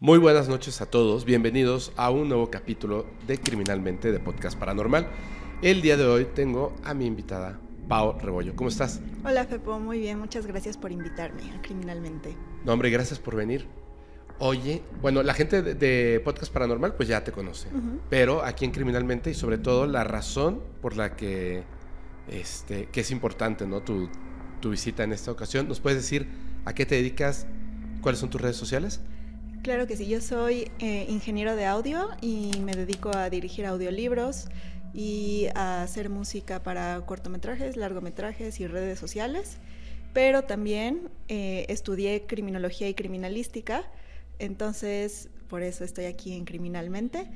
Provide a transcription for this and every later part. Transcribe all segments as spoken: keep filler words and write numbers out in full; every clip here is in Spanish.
Muy buenas noches a todos, bienvenidos a un nuevo capítulo de Criminalmente de Podcast Paranormal. El día de hoy tengo a mi invitada, Pao Rebollo. ¿Cómo estás? Hola, Fepo, muy bien, muchas gracias por invitarme a Criminalmente. No, hombre, gracias por venir. Oye, bueno, la gente de, de Podcast Paranormal pues ya te conoce, uh-huh. Pero aquí en Criminalmente y sobre todo la razón por la que, este, que es importante, ¿no? Tu, tu visita en esta ocasión. ¿Nos puedes decir a qué te dedicas? ¿Cuáles son tus redes sociales? Claro que sí, yo soy eh, ingeniero de audio y me dedico a dirigir audiolibros y a hacer música para cortometrajes, largometrajes y redes sociales, pero también eh, estudié criminología y criminalística, entonces por eso estoy aquí en Criminalmente.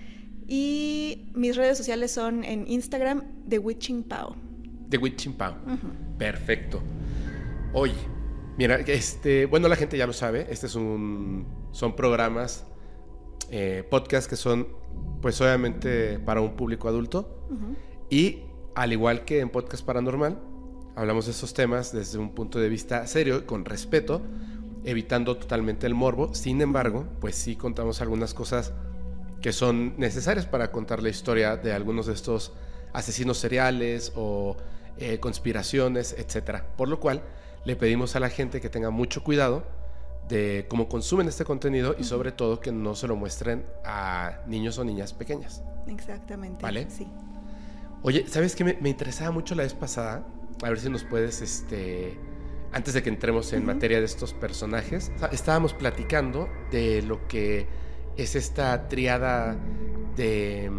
Y mis redes sociales son en Instagram, The Witching Pao. The Witching Pao, uh-huh. Perfecto. Oye, mira, este, bueno, la gente ya lo sabe, este es un, son programas, eh, podcasts que son, pues obviamente para un público adulto, uh-huh. Y al igual que en Podcast Paranormal, hablamos de esos temas desde un punto de vista serio, con respeto, evitando totalmente el morbo. Sin embargo, pues sí contamos algunas cosas que son necesarias para contar la historia de algunos de estos asesinos seriales o eh, conspiraciones, etcétera. Por lo cual le pedimos a la gente que tenga mucho cuidado de cómo consumen este contenido y sobre todo que no se lo muestren a niños o niñas pequeñas. Exactamente. ¿Vale? Sí. Oye, ¿sabes qué? Me, me interesaba mucho la vez pasada, a ver si nos puedes, este, antes de que entremos en uh-huh. materia de estos personajes, estábamos platicando de lo que es esta triada de...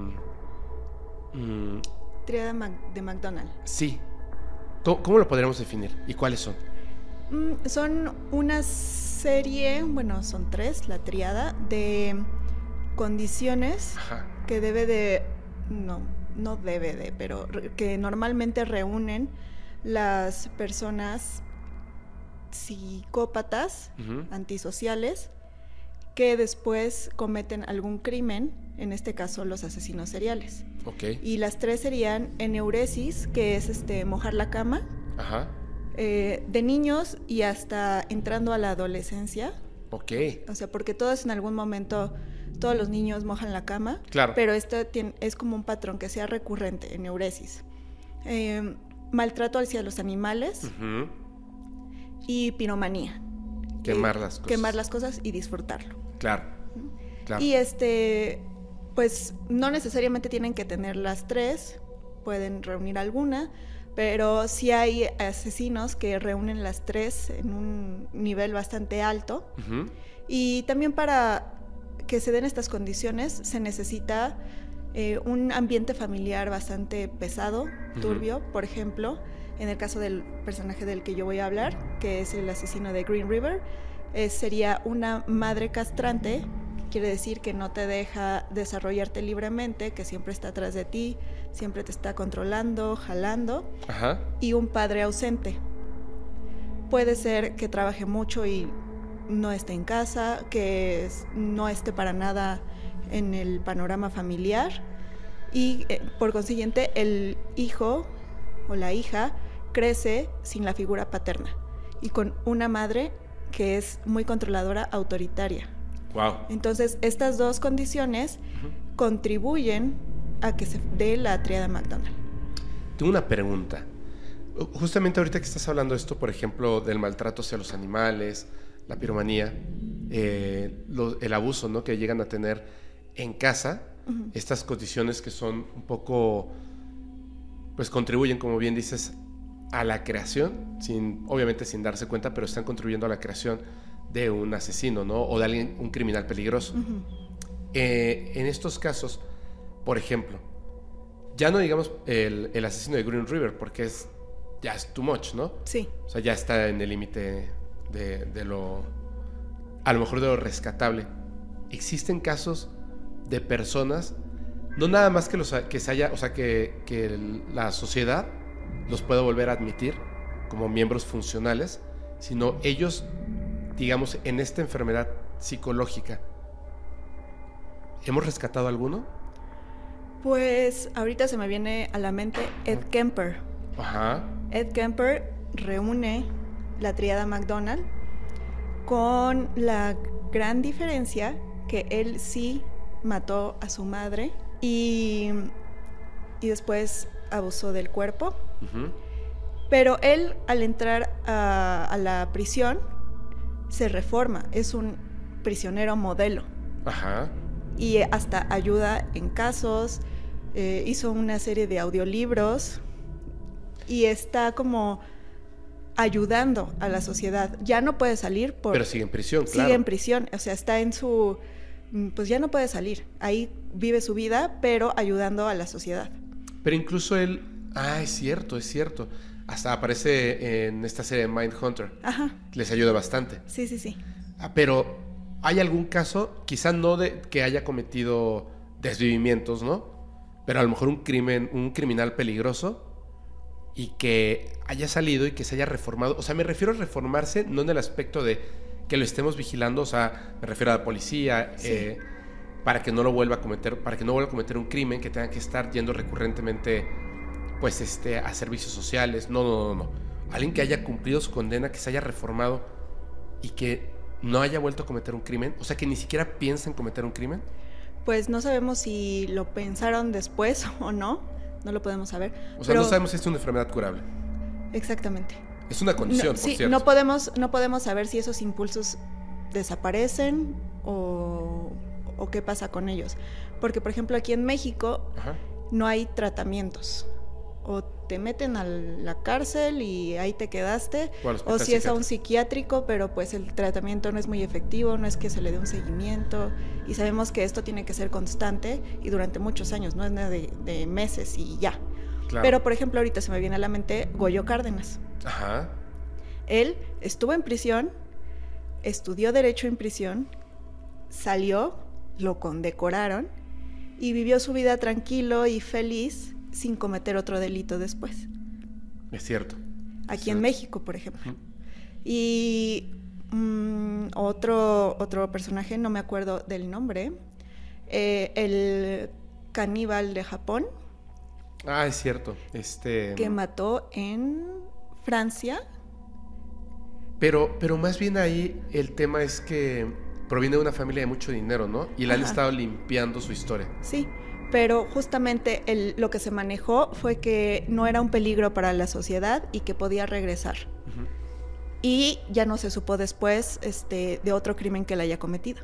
Um, triada Mac- de McDonald. Sí. ¿Cómo, ¿Cómo lo podríamos definir? ¿Y cuáles son? Mm, son una serie, bueno, son tres, la triada, de condiciones Ajá. que debe de... No, no debe de, pero que normalmente reúnen las personas psicópatas, uh-huh. antisociales, que después cometen algún crimen, en este caso los asesinos seriales. Okay. Y las tres serían eneuresis, que es este mojar la cama, Ajá. Eh, de niños y hasta entrando a la adolescencia. Ok. O sea, porque todos en algún momento, todos los niños mojan la cama. Claro. Pero esto tiene, es como un patrón que sea recurrente, eneuresis. Eh, maltrato hacia los animales, uh-huh. y piromanía. Quemar eh, las cosas. Quemar las cosas y disfrutarlo. Claro. Claro. Y este, pues no necesariamente tienen que tener las tres, pueden reunir alguna, pero sí hay asesinos que reúnen las tres en un nivel bastante alto. Uh-huh. Y también para que se den estas condiciones se necesita eh, un ambiente familiar bastante pesado, uh-huh. turbio. Por ejemplo, en el caso del personaje del que yo voy a hablar, que es el asesino de Green River, eh, sería una madre castrante. Quiere decir que no te deja desarrollarte libremente, que siempre está atrás de ti, siempre te está controlando, jalando. Ajá. Y un padre ausente. Puede ser que trabaje mucho y no esté en casa, que no esté para nada en el panorama familiar y eh, por consiguiente el hijo o la hija crece sin la figura paterna y con una madre que es muy controladora, autoritaria. Wow. Entonces, estas dos condiciones uh-huh. contribuyen a que se dé la triada McDonald. Tengo una pregunta. Justamente ahorita que estás hablando de esto, por ejemplo, del maltrato hacia los animales, la piromanía, eh, lo, el abuso, ¿no?, que llegan a tener en casa, uh-huh. estas condiciones que son un poco, pues contribuyen, como bien dices, a la creación, sin, obviamente sin darse cuenta, pero están contribuyendo a la creación de un asesino, ¿no?, o de alguien, un criminal peligroso. Uh-huh. Eh, en estos casos, por ejemplo, ya no digamos el, el asesino de Green River, porque es ya es too much, ¿no? Sí. O sea, ya está en el límite de, de lo, a lo mejor de lo rescatable. Existen casos de personas, no nada más que los que se haya, o sea, que, que el, la sociedad los pueda volver a admitir como miembros funcionales, sino ellos, digamos, en esta enfermedad psicológica, ¿hemos rescatado alguno? Pues ahorita se me viene a la mente Ed Kemper. Ajá. Ed Kemper reúne la triada McDonald con la gran diferencia que él sí mató a su madre y, y después abusó del cuerpo. Uh-huh. Pero él, al entrar a, a la prisión, se reforma. Es un prisionero modelo. Ajá. Y hasta ayuda en casos, eh, hizo una serie de audiolibros y está como ayudando a la sociedad. Ya no puede salir por... Pero sigue en prisión, claro. Sigue en prisión, o sea, está en su... Pues ya no puede salir. Ahí vive su vida, pero ayudando a la sociedad. Pero incluso él... Ah, es cierto, es cierto. Hasta aparece en esta serie de Mindhunter. Ajá. Les ayuda bastante. Sí, sí, sí. Ah, pero ¿hay algún caso, quizá no de que haya cometido desvivimientos, ¿no? Pero a lo mejor un crimen, un criminal peligroso y que haya salido y que se haya reformado? O sea, me refiero a reformarse no en el aspecto de que lo estemos vigilando, o sea, me refiero a la policía, sí. eh, para que no lo vuelva a cometer, para que no vuelva a cometer un crimen, que tenga que estar yendo recurrentemente, pues, este, a servicios sociales. No, no, no, no. Alguien que haya cumplido su condena, que se haya reformado y que no haya vuelto a cometer un crimen, o sea, que ni siquiera piensa en cometer un crimen. Pues no sabemos si lo pensaron después o no, no lo podemos saber. O sea, pero... no sabemos si es una enfermedad curable. Exactamente. Es una condición, no, por sí, cierto. No podemos, no podemos saber si esos impulsos desaparecen o, o qué pasa con ellos. Porque, por ejemplo, aquí en México Ajá. no hay tratamientos. O te meten a la cárcel y ahí te quedaste, o si es a un psiquiátrico, pero pues el tratamiento no es muy efectivo, no es que se le dé un seguimiento, y sabemos que esto tiene que ser constante y durante muchos años, no es nada de, de meses y ya. Claro. Pero, por ejemplo, ahorita se me viene a la mente Goyo Cárdenas. Ajá. Él estuvo en prisión, estudió Derecho en prisión, salió, lo condecoraron y vivió su vida tranquilo y feliz sin cometer otro delito después. Es cierto. Aquí cierto. en México, por ejemplo. Uh-huh. Y um, otro, otro personaje, no me acuerdo del nombre, eh, el caníbal de Japón. Ah, es cierto. Este... Que mató en Francia. Pero, pero más bien ahí el tema es que proviene de una familia de mucho dinero, ¿no? Y le han estado limpiando su historia. Sí. Pero justamente el, lo que se manejó fue que no era un peligro para la sociedad y que podía regresar. Uh-huh. Y ya no se supo después este, de otro crimen que él haya cometido.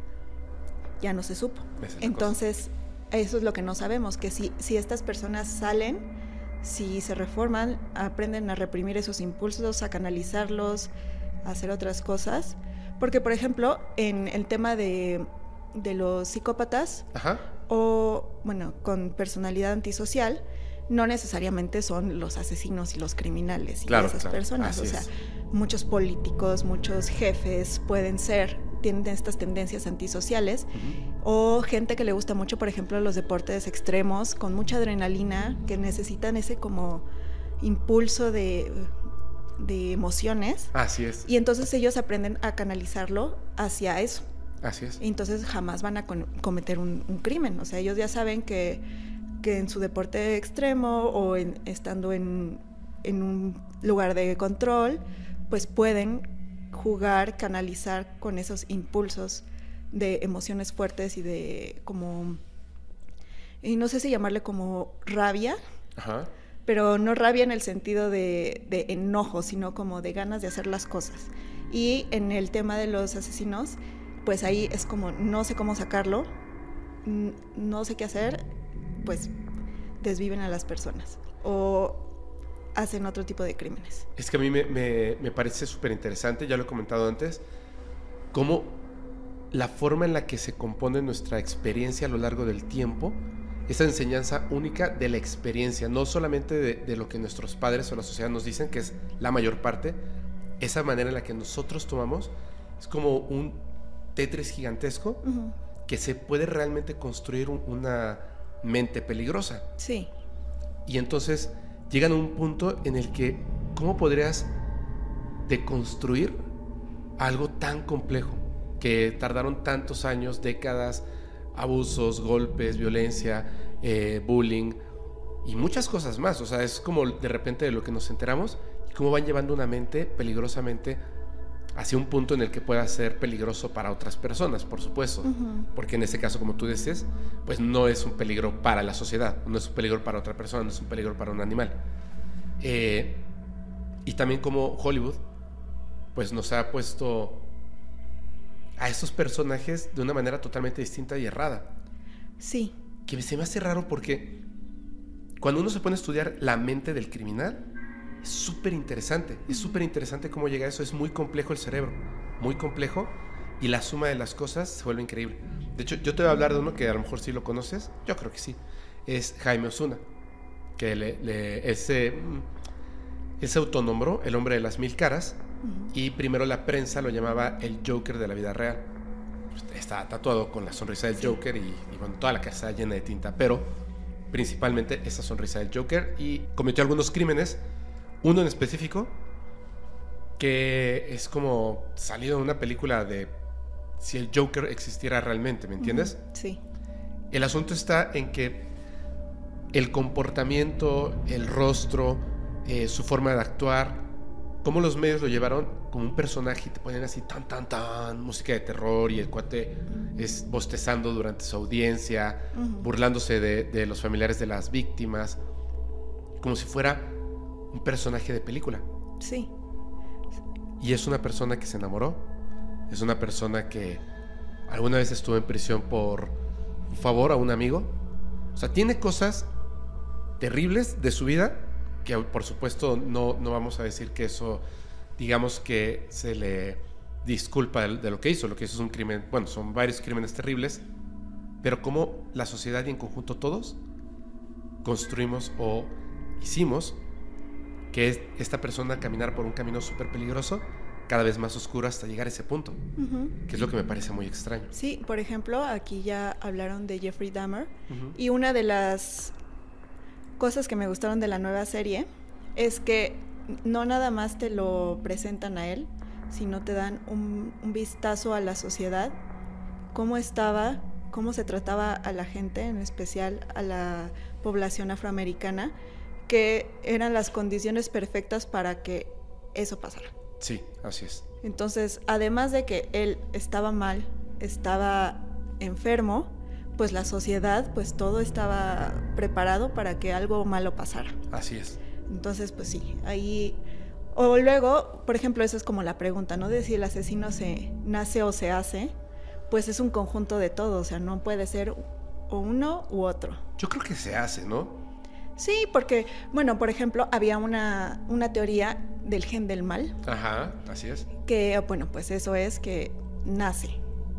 Ya no se supo. Entonces, cosa. Eso es lo que no sabemos, que si, si estas personas salen, si se reforman, aprenden a reprimir esos impulsos, a canalizarlos, a hacer otras cosas. Porque, por ejemplo, en el tema de, de los psicópatas... Ajá. o, bueno, con personalidad antisocial, no necesariamente son los asesinos y los criminales y claro, esas claro. personas. Así o sea, es. Muchos políticos, muchos jefes pueden ser, tienen estas tendencias antisociales, uh-huh. o gente que le gusta mucho, por ejemplo, los deportes extremos, con mucha adrenalina, que necesitan ese como impulso de, de emociones. Así es. Y entonces ellos aprenden a canalizarlo hacia eso. Así es. Entonces jamás van a con, cometer un, un crimen. O sea, ellos ya saben que, que en su deporte extremo o en, estando en, en un lugar de control, pues pueden jugar, canalizar con esos impulsos de emociones fuertes y de como, y no sé si llamarle como rabia, Ajá. pero no rabia en el sentido de, de enojo, sino como de ganas de hacer las cosas. Y en el tema de los asesinos, pues ahí es como no sé cómo sacarlo, no sé qué hacer, pues desviven a las personas o hacen otro tipo de crímenes. Es que a mí me, me, me parece súper interesante, ya lo he comentado antes, cómo la forma en la que se compone nuestra experiencia a lo largo del tiempo, esa enseñanza única de la experiencia, no solamente de, de lo que nuestros padres o la sociedad nos dicen, que es la mayor parte, esa manera en la que nosotros tomamos, es como un Tetris gigantesco, uh-huh. que se puede realmente construir un, una mente peligrosa. Sí. Y entonces llegan a un punto en el que, ¿cómo podrías deconstruir algo tan complejo? Que tardaron tantos años, décadas, abusos, golpes, violencia, eh, bullying y muchas cosas más. O sea, es como de repente de lo que nos enteramos y cómo van llevando una mente peligrosamente hacia un punto en el que pueda ser peligroso para otras personas, por supuesto. Uh-huh. Porque en ese caso, como tú dices, pues no es un peligro para la sociedad, no es un peligro para otra persona, no es un peligro para un animal. Eh, y también como Hollywood, pues nos ha puesto a estos personajes de una manera totalmente distinta y errada. Sí. Que se me hace raro porque cuando uno se pone a estudiar la mente del criminal, es súper interesante, es súper interesante cómo llega a eso, es muy complejo el cerebro, muy complejo, y la suma de las cosas se vuelve increíble. De hecho, yo te voy a hablar de uno que a lo mejor sí lo conoces, yo creo que sí, es Jaime Ozuna, que le, le, ese, él se autonombró el hombre de las mil caras, uh-huh. y primero la prensa lo llamaba el Joker de la vida real. Está tatuado con la sonrisa del sí. Joker y, y bueno, toda la casa llena de tinta, pero principalmente esa sonrisa del Joker, y cometió algunos crímenes. Uno en específico que es como salido de una película de si el Joker existiera realmente, ¿me entiendes? Uh-huh. Sí. El asunto está en que el comportamiento, el rostro, eh, su forma de actuar, cómo los medios lo llevaron como un personaje y te ponen así tan, tan, tan, música de terror y el cuate es bostezando durante su audiencia, uh-huh. burlándose de, de los familiares de las víctimas, como si fuera un personaje de película. Sí. Y es una persona que se enamoró, es una persona que alguna vez estuvo en prisión por un favor a un amigo. O sea, tiene cosas terribles de su vida que por supuesto no, no vamos a decir que eso, digamos que se le disculpa de, de lo que hizo. Lo que hizo es un crimen, bueno, son varios crímenes terribles, pero como la sociedad y en conjunto todos construimos o hicimos que es esta persona caminar por un camino súper peligroso, cada vez más oscuro hasta llegar a ese punto, uh-huh. que es lo que me parece muy extraño. Sí, por ejemplo, aquí ya hablaron de Jeffrey Dahmer, uh-huh. y una de las cosas que me gustaron de la nueva serie es que no nada más te lo presentan a él, sino te dan un, un vistazo a la sociedad, cómo estaba, cómo se trataba a la gente, en especial a la población afroamericana, que eran las condiciones perfectas para que eso pasara. Sí, así es. Entonces, además de que él estaba mal, estaba enfermo, pues la sociedad, pues todo estaba preparado para que algo malo pasara. Así es. Entonces, pues sí, ahí... O luego, por ejemplo, esa es como la pregunta, ¿no? De si el asesino se nace o se hace, pues es un conjunto de todo, o sea, no puede ser o uno u otro. Yo creo que se hace, ¿no? Sí, porque, bueno, por ejemplo, había una, una teoría del gen del mal. Ajá, así es. Que, bueno, pues eso es que nace.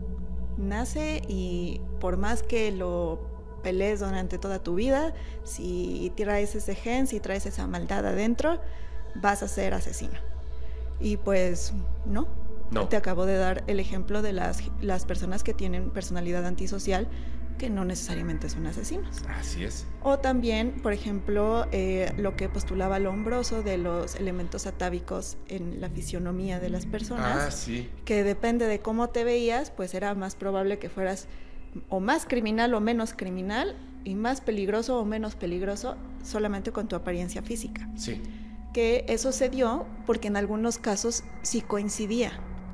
Nace y por más que lo pelees durante toda tu vida, si traes ese gen, si traes esa maldad adentro, vas a ser asesino. Y pues, no. No. Te acabo de dar el ejemplo de las, las personas que tienen personalidad antisocial, que no necesariamente son asesinos. Así es. O también, por ejemplo, eh, lo que postulaba Lombroso de los elementos atávicos en la fisionomía de las personas. Ah, sí. Que depende de cómo te veías, pues era más probable que fueras o más criminal o menos criminal, y más peligroso o menos peligroso solamente con tu apariencia física. Sí. Que eso se dio porque en algunos casos sí coincidía,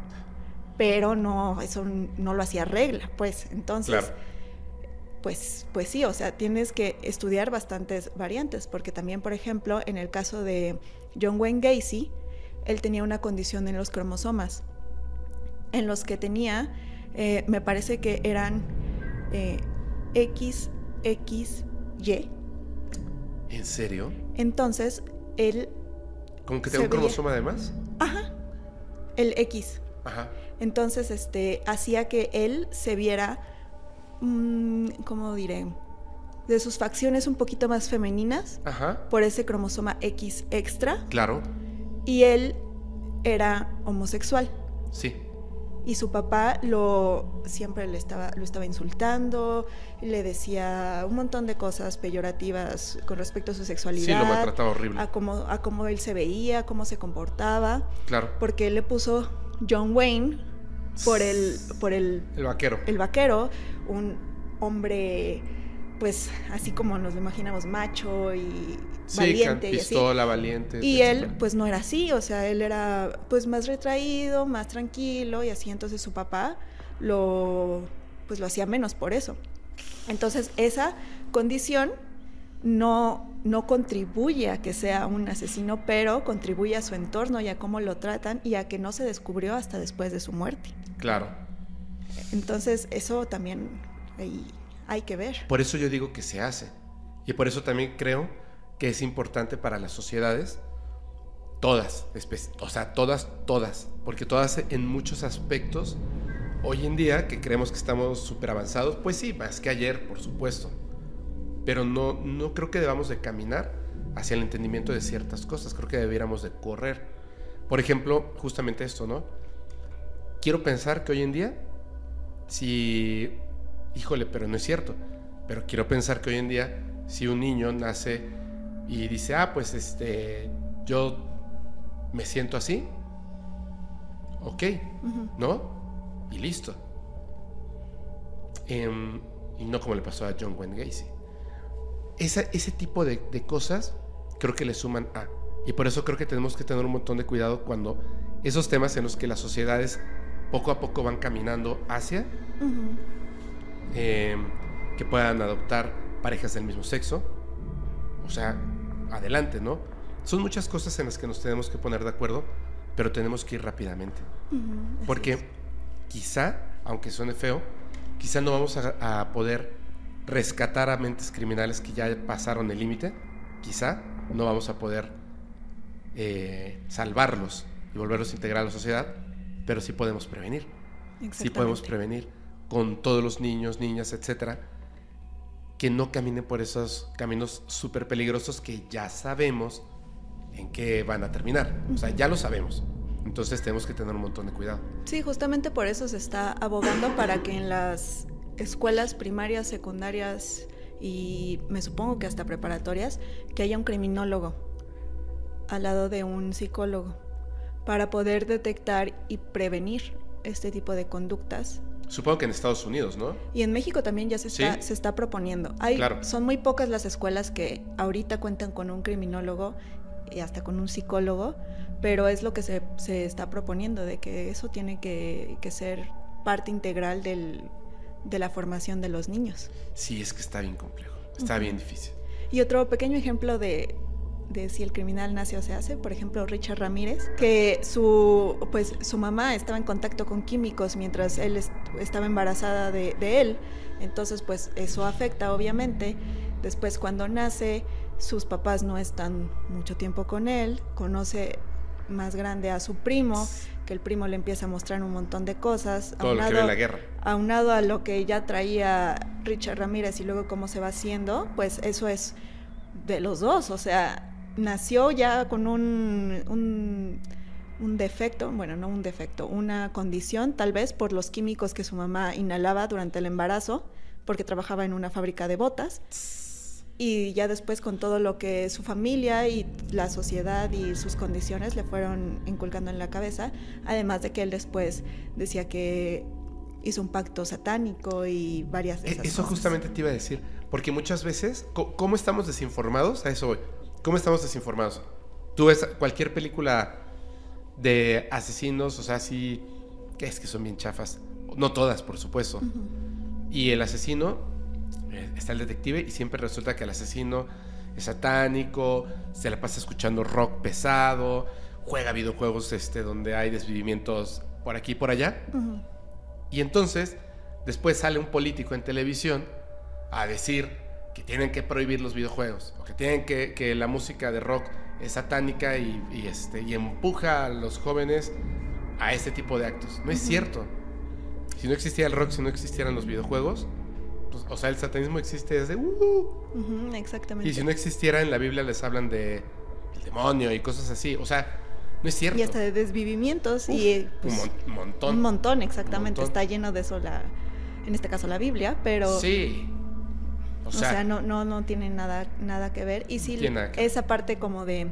pero no, eso no lo hacía regla, pues. Entonces... Claro. Pues, pues sí, o sea, tienes que estudiar bastantes variantes, porque también, por ejemplo, en el caso de John Wayne Gacy, él tenía una condición en los cromosomas, en los que tenía, eh, me parece que eran eh, X X Y. ¿En serio? Entonces, él... ¿Como que tenía un cromosoma veía... además? Ajá, el X. Ajá. Entonces, este, hacía que él se viera... ¿cómo diré? De sus facciones un poquito más femeninas. Ajá. Por ese cromosoma X extra. Claro. Y él era homosexual. Sí. Y su papá lo siempre le estaba, lo estaba insultando, le decía un montón de cosas peyorativas con respecto a su sexualidad. Sí, lo maltrataba horrible. A cómo, a cómo él se veía, cómo se comportaba. Claro. Porque él le puso John Wayne por el... por el, el vaquero. El vaquero, un hombre pues así como nos lo imaginamos, macho y sí, valiente y pistola, así. valiente. Y etcétera. él pues no era así, o sea, él era pues más retraído, más tranquilo y así, entonces su papá lo pues lo hacía menos por eso. Entonces esa condición no, no contribuye a que sea un asesino, pero contribuye a su entorno y a cómo lo tratan y a que no se descubrió hasta después de su muerte. Claro. Entonces eso también hay, hay que ver. Por eso yo digo que se hace. Y por eso también creo que es importante para las sociedades, todas, o sea, todas, todas, porque todas en muchos aspectos, hoy en día que creemos que estamos súper avanzados, pues sí, más que ayer, por supuesto, pero no, no creo que debamos de caminar hacia el entendimiento de ciertas cosas, creo que debiéramos de correr. Por ejemplo, justamente esto, ¿no? Quiero pensar que hoy en día, si, híjole, pero no es cierto, pero quiero pensar que hoy en día, si un niño nace y dice, ah, pues este, yo me siento así, ok, uh-huh. ¿no? Y listo. Eh, y no como le pasó a John Wayne Gacy. Esa, ese tipo de, de cosas creo que le suman a. Y por eso creo que tenemos que tener un montón de cuidado cuando esos temas en los que las sociedades poco a poco van caminando hacia, uh-huh. eh, que puedan adoptar parejas del mismo sexo, o sea, adelante, ¿no? Son muchas cosas en las que nos tenemos que poner de acuerdo, pero tenemos que ir rápidamente. Uh-huh, porque es. Quizá, aunque suene feo, quizá no vamos a, a poder rescatar a mentes criminales que ya pasaron el límite, quizá no vamos a poder eh, salvarlos y volverlos a integrar a la sociedad, pero sí podemos prevenir. Sí podemos prevenir con todos los niños, niñas, etcétera, que no caminen por esos caminos súper peligrosos que ya sabemos en qué van a terminar. O sea, ya lo sabemos. Entonces tenemos que tener un montón de cuidado. Sí, justamente por eso se está abogando para que en las escuelas primarias, secundarias y me supongo que hasta preparatorias, que haya un criminólogo al lado de un psicólogo para poder detectar y prevenir este tipo de conductas. Supongo que en Estados Unidos, ¿no? Y en México también ya se está, ¿sí? se está proponiendo. Hay, claro. Son muy pocas las escuelas que ahorita cuentan con un criminólogo y hasta con un psicólogo, pero es lo que se, se está proponiendo, de que eso tiene que, que ser parte integral del, de la formación de los niños. Sí, es que está bien complejo, está uh-huh. bien difícil. Y otro pequeño ejemplo de, de si el criminal nace o se hace, por ejemplo, Richard Ramírez, que su, pues, su mamá estaba en contacto con químicos mientras él est- estaba embarazada de, de él, entonces pues eso afecta obviamente. Después cuando nace, sus papás no están mucho tiempo con él, conoce más grande a su primo, que el primo le empieza a mostrar un montón de cosas. Todo aunado, lo que ve en la guerra. Aunado a lo que ya traía Richard Ramírez y luego cómo se va haciendo, pues eso es de los dos, o sea, nació ya con un, un, un defecto, bueno, no un defecto, una condición tal vez por los químicos que su mamá inhalaba durante el embarazo, porque trabajaba en una fábrica de botas. Y ya después con todo lo que su familia y la sociedad y sus condiciones le fueron inculcando en la cabeza, además de que él después decía que hizo un pacto satánico y varias de esas Eso cosas. Justamente te iba a decir, porque muchas veces, ¿cómo estamos desinformados? A eso voy. ¿Cómo estamos desinformados? Tú ves cualquier película de asesinos, o sea, sí, que es que son bien chafas. No todas, por supuesto. Uh-huh. Y el asesino... está el detective y siempre resulta que el asesino es satánico, se la pasa escuchando rock pesado, juega videojuegos este, donde hay desvivimientos por aquí y por allá. Uh-huh. Y entonces, después sale un político en televisión a decir que tienen que prohibir los videojuegos, o que tienen que, que la música de rock es satánica y, y, este, y empuja a los jóvenes a este tipo de actos. No es uh-huh. cierto. Si no existía el rock, si no existieran los videojuegos, pues, o sea, el satanismo existe desde... Uh, uh-huh, exactamente. Y si no existiera, en la Biblia les hablan de el demonio y cosas así. O sea, no es cierto. Y hasta de desvivimientos. Uf, y pues, un mon- montón. Un montón, exactamente. Un montón. Está lleno de eso, la, en este caso la Biblia, pero... Sí. O sea, o sea no, no, no tiene nada, nada que ver. Y sí, esa parte como de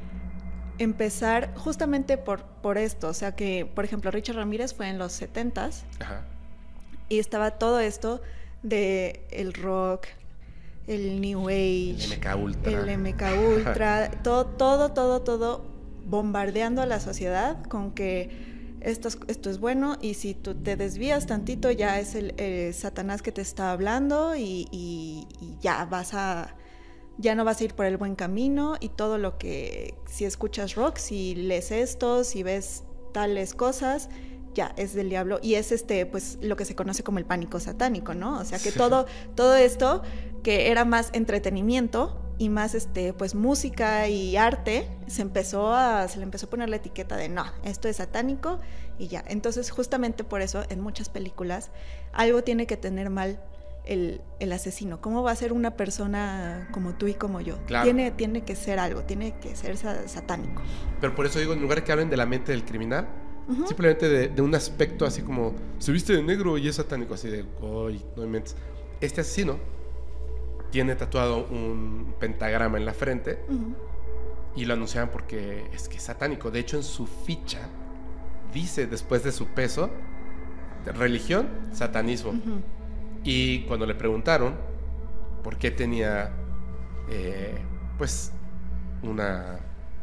empezar justamente por, por esto. O sea que, por ejemplo, Richard Ramírez fue en los setentas. Ajá. Y estaba todo esto... de el rock, el New Age, el M K Ultra, el M K Ultra, todo, todo, todo, todo bombardeando a la sociedad con que esto es, esto es bueno, y si tú te desvías tantito ya es el, el Satanás que te está hablando y, y, y ya vas a, ya no vas a ir por el buen camino, y todo lo que, si escuchas rock, si lees esto, si ves tales cosas, ya es del diablo, y es este, pues lo que se conoce como el pánico satánico, ¿no? O sea que sí. todo, todo esto que era más entretenimiento y más este, pues música y arte, se empezó a, se le empezó a poner la etiqueta de no, esto es satánico y ya. Entonces justamente por eso en muchas películas algo tiene que tener mal el, el asesino. ¿Cómo va a ser una persona como tú y como yo? Claro. Tiene, tiene que ser algo, tiene que ser sa- satánico. Pero por eso digo, en lugar de que hablen de la mente del criminal, uh-huh. simplemente de, de un aspecto así como, se viste de negro y es satánico, así de, uy, no inventes. Este asesino tiene tatuado un pentagrama en la frente, uh-huh. y lo anunciaban porque es que es satánico. De hecho, en su ficha dice, después de su peso, religión, satanismo. Uh-huh. Y cuando le preguntaron por qué tenía eh, pues una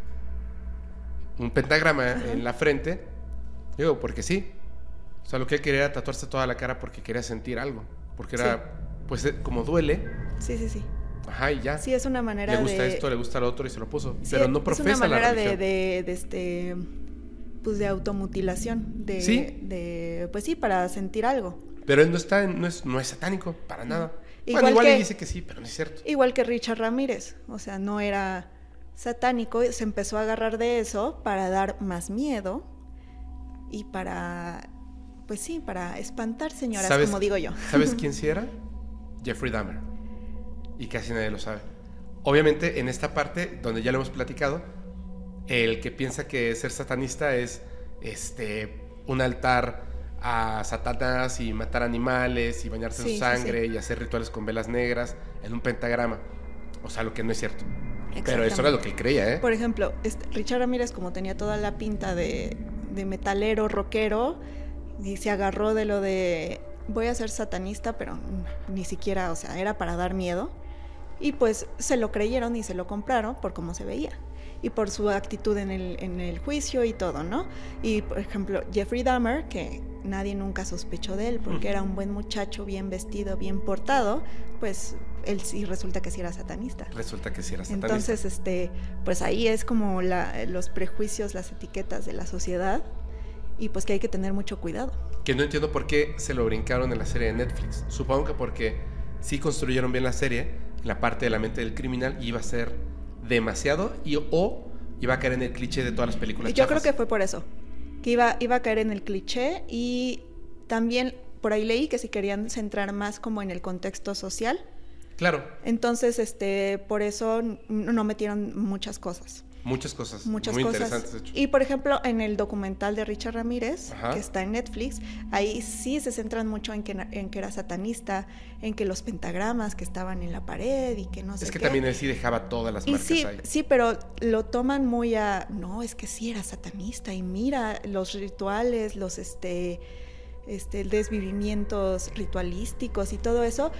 un pentagrama, uh-huh. en la frente, digo, porque sí. O sea, lo que él quería era tatuarse toda la cara porque quería sentir algo, porque era, sí. pues como duele. Sí, sí, sí. Ajá, y ya. Sí, es una manera de... Le gusta de... esto, le gusta lo otro y se lo puso. Sí, pero no profesa la religión. Es una manera de, de, de este... pues de automutilación. De, ¿Sí? De, pues sí, para sentir algo. Pero él no está, en, no, es, no es satánico, para nada. Igual bueno, igual que, le dice que sí, pero no es cierto. Igual que Richard Ramírez. O sea, no era satánico, se empezó a agarrar de eso para dar más miedo y para... pues sí, para espantar señoras, como digo yo. ¿Sabes quién sí era? Jeffrey Dahmer. Y casi nadie lo sabe. Obviamente, en esta parte, donde ya lo hemos platicado, el que piensa que ser satanista es este un altar a Satanás y matar animales y bañarse sí, en su sangre, sí, sí. y hacer rituales con velas negras en un pentagrama. O sea, lo que no es cierto. Pero eso era lo que él creía, ¿eh? Por ejemplo, este, Richard Ramírez, como tenía toda la pinta de, de metalero, rockero, y se agarró de lo de voy a ser satanista, pero ni siquiera, o sea, era para dar miedo. Y pues se lo creyeron y se lo compraron por cómo se veía y por su actitud en el, en el juicio y todo, ¿no? Y por ejemplo, Jeffrey Dahmer, que nadie nunca sospechó de él porque era un buen muchacho, bien vestido, bien portado, pues él sí resulta que sí era satanista. Resulta que sí era satanista. Entonces, este, pues ahí es como la, los prejuicios, las etiquetas de la sociedad, y pues que hay que tener mucho cuidado. Que no entiendo por qué se lo brincaron en la serie de Netflix. Supongo que porque sí construyeron bien la serie, la parte de la mente del criminal, y iba a ser demasiado y o iba a caer en el cliché de todas las películas. Yo chafas. Creo que fue por eso, que iba, iba a caer en el cliché, y también por ahí leí que si querían centrar más como en el contexto social. Claro. Entonces, este, por eso no metieron muchas cosas. Muchas cosas, Muchas muy cosas. interesantes, de hecho. Y por ejemplo, en el documental de Richard Ramírez, Ajá. que está en Netflix, ahí sí se centran mucho en que, en que era satanista, en que los pentagramas que estaban en la pared y que no sé qué. Es que qué. También él sí dejaba todas las y marcas sí, ahí. Sí, pero lo toman muy a... No, es que sí era satanista, y mira los rituales, los este... Este, desvivimientos ritualísticos y todo eso,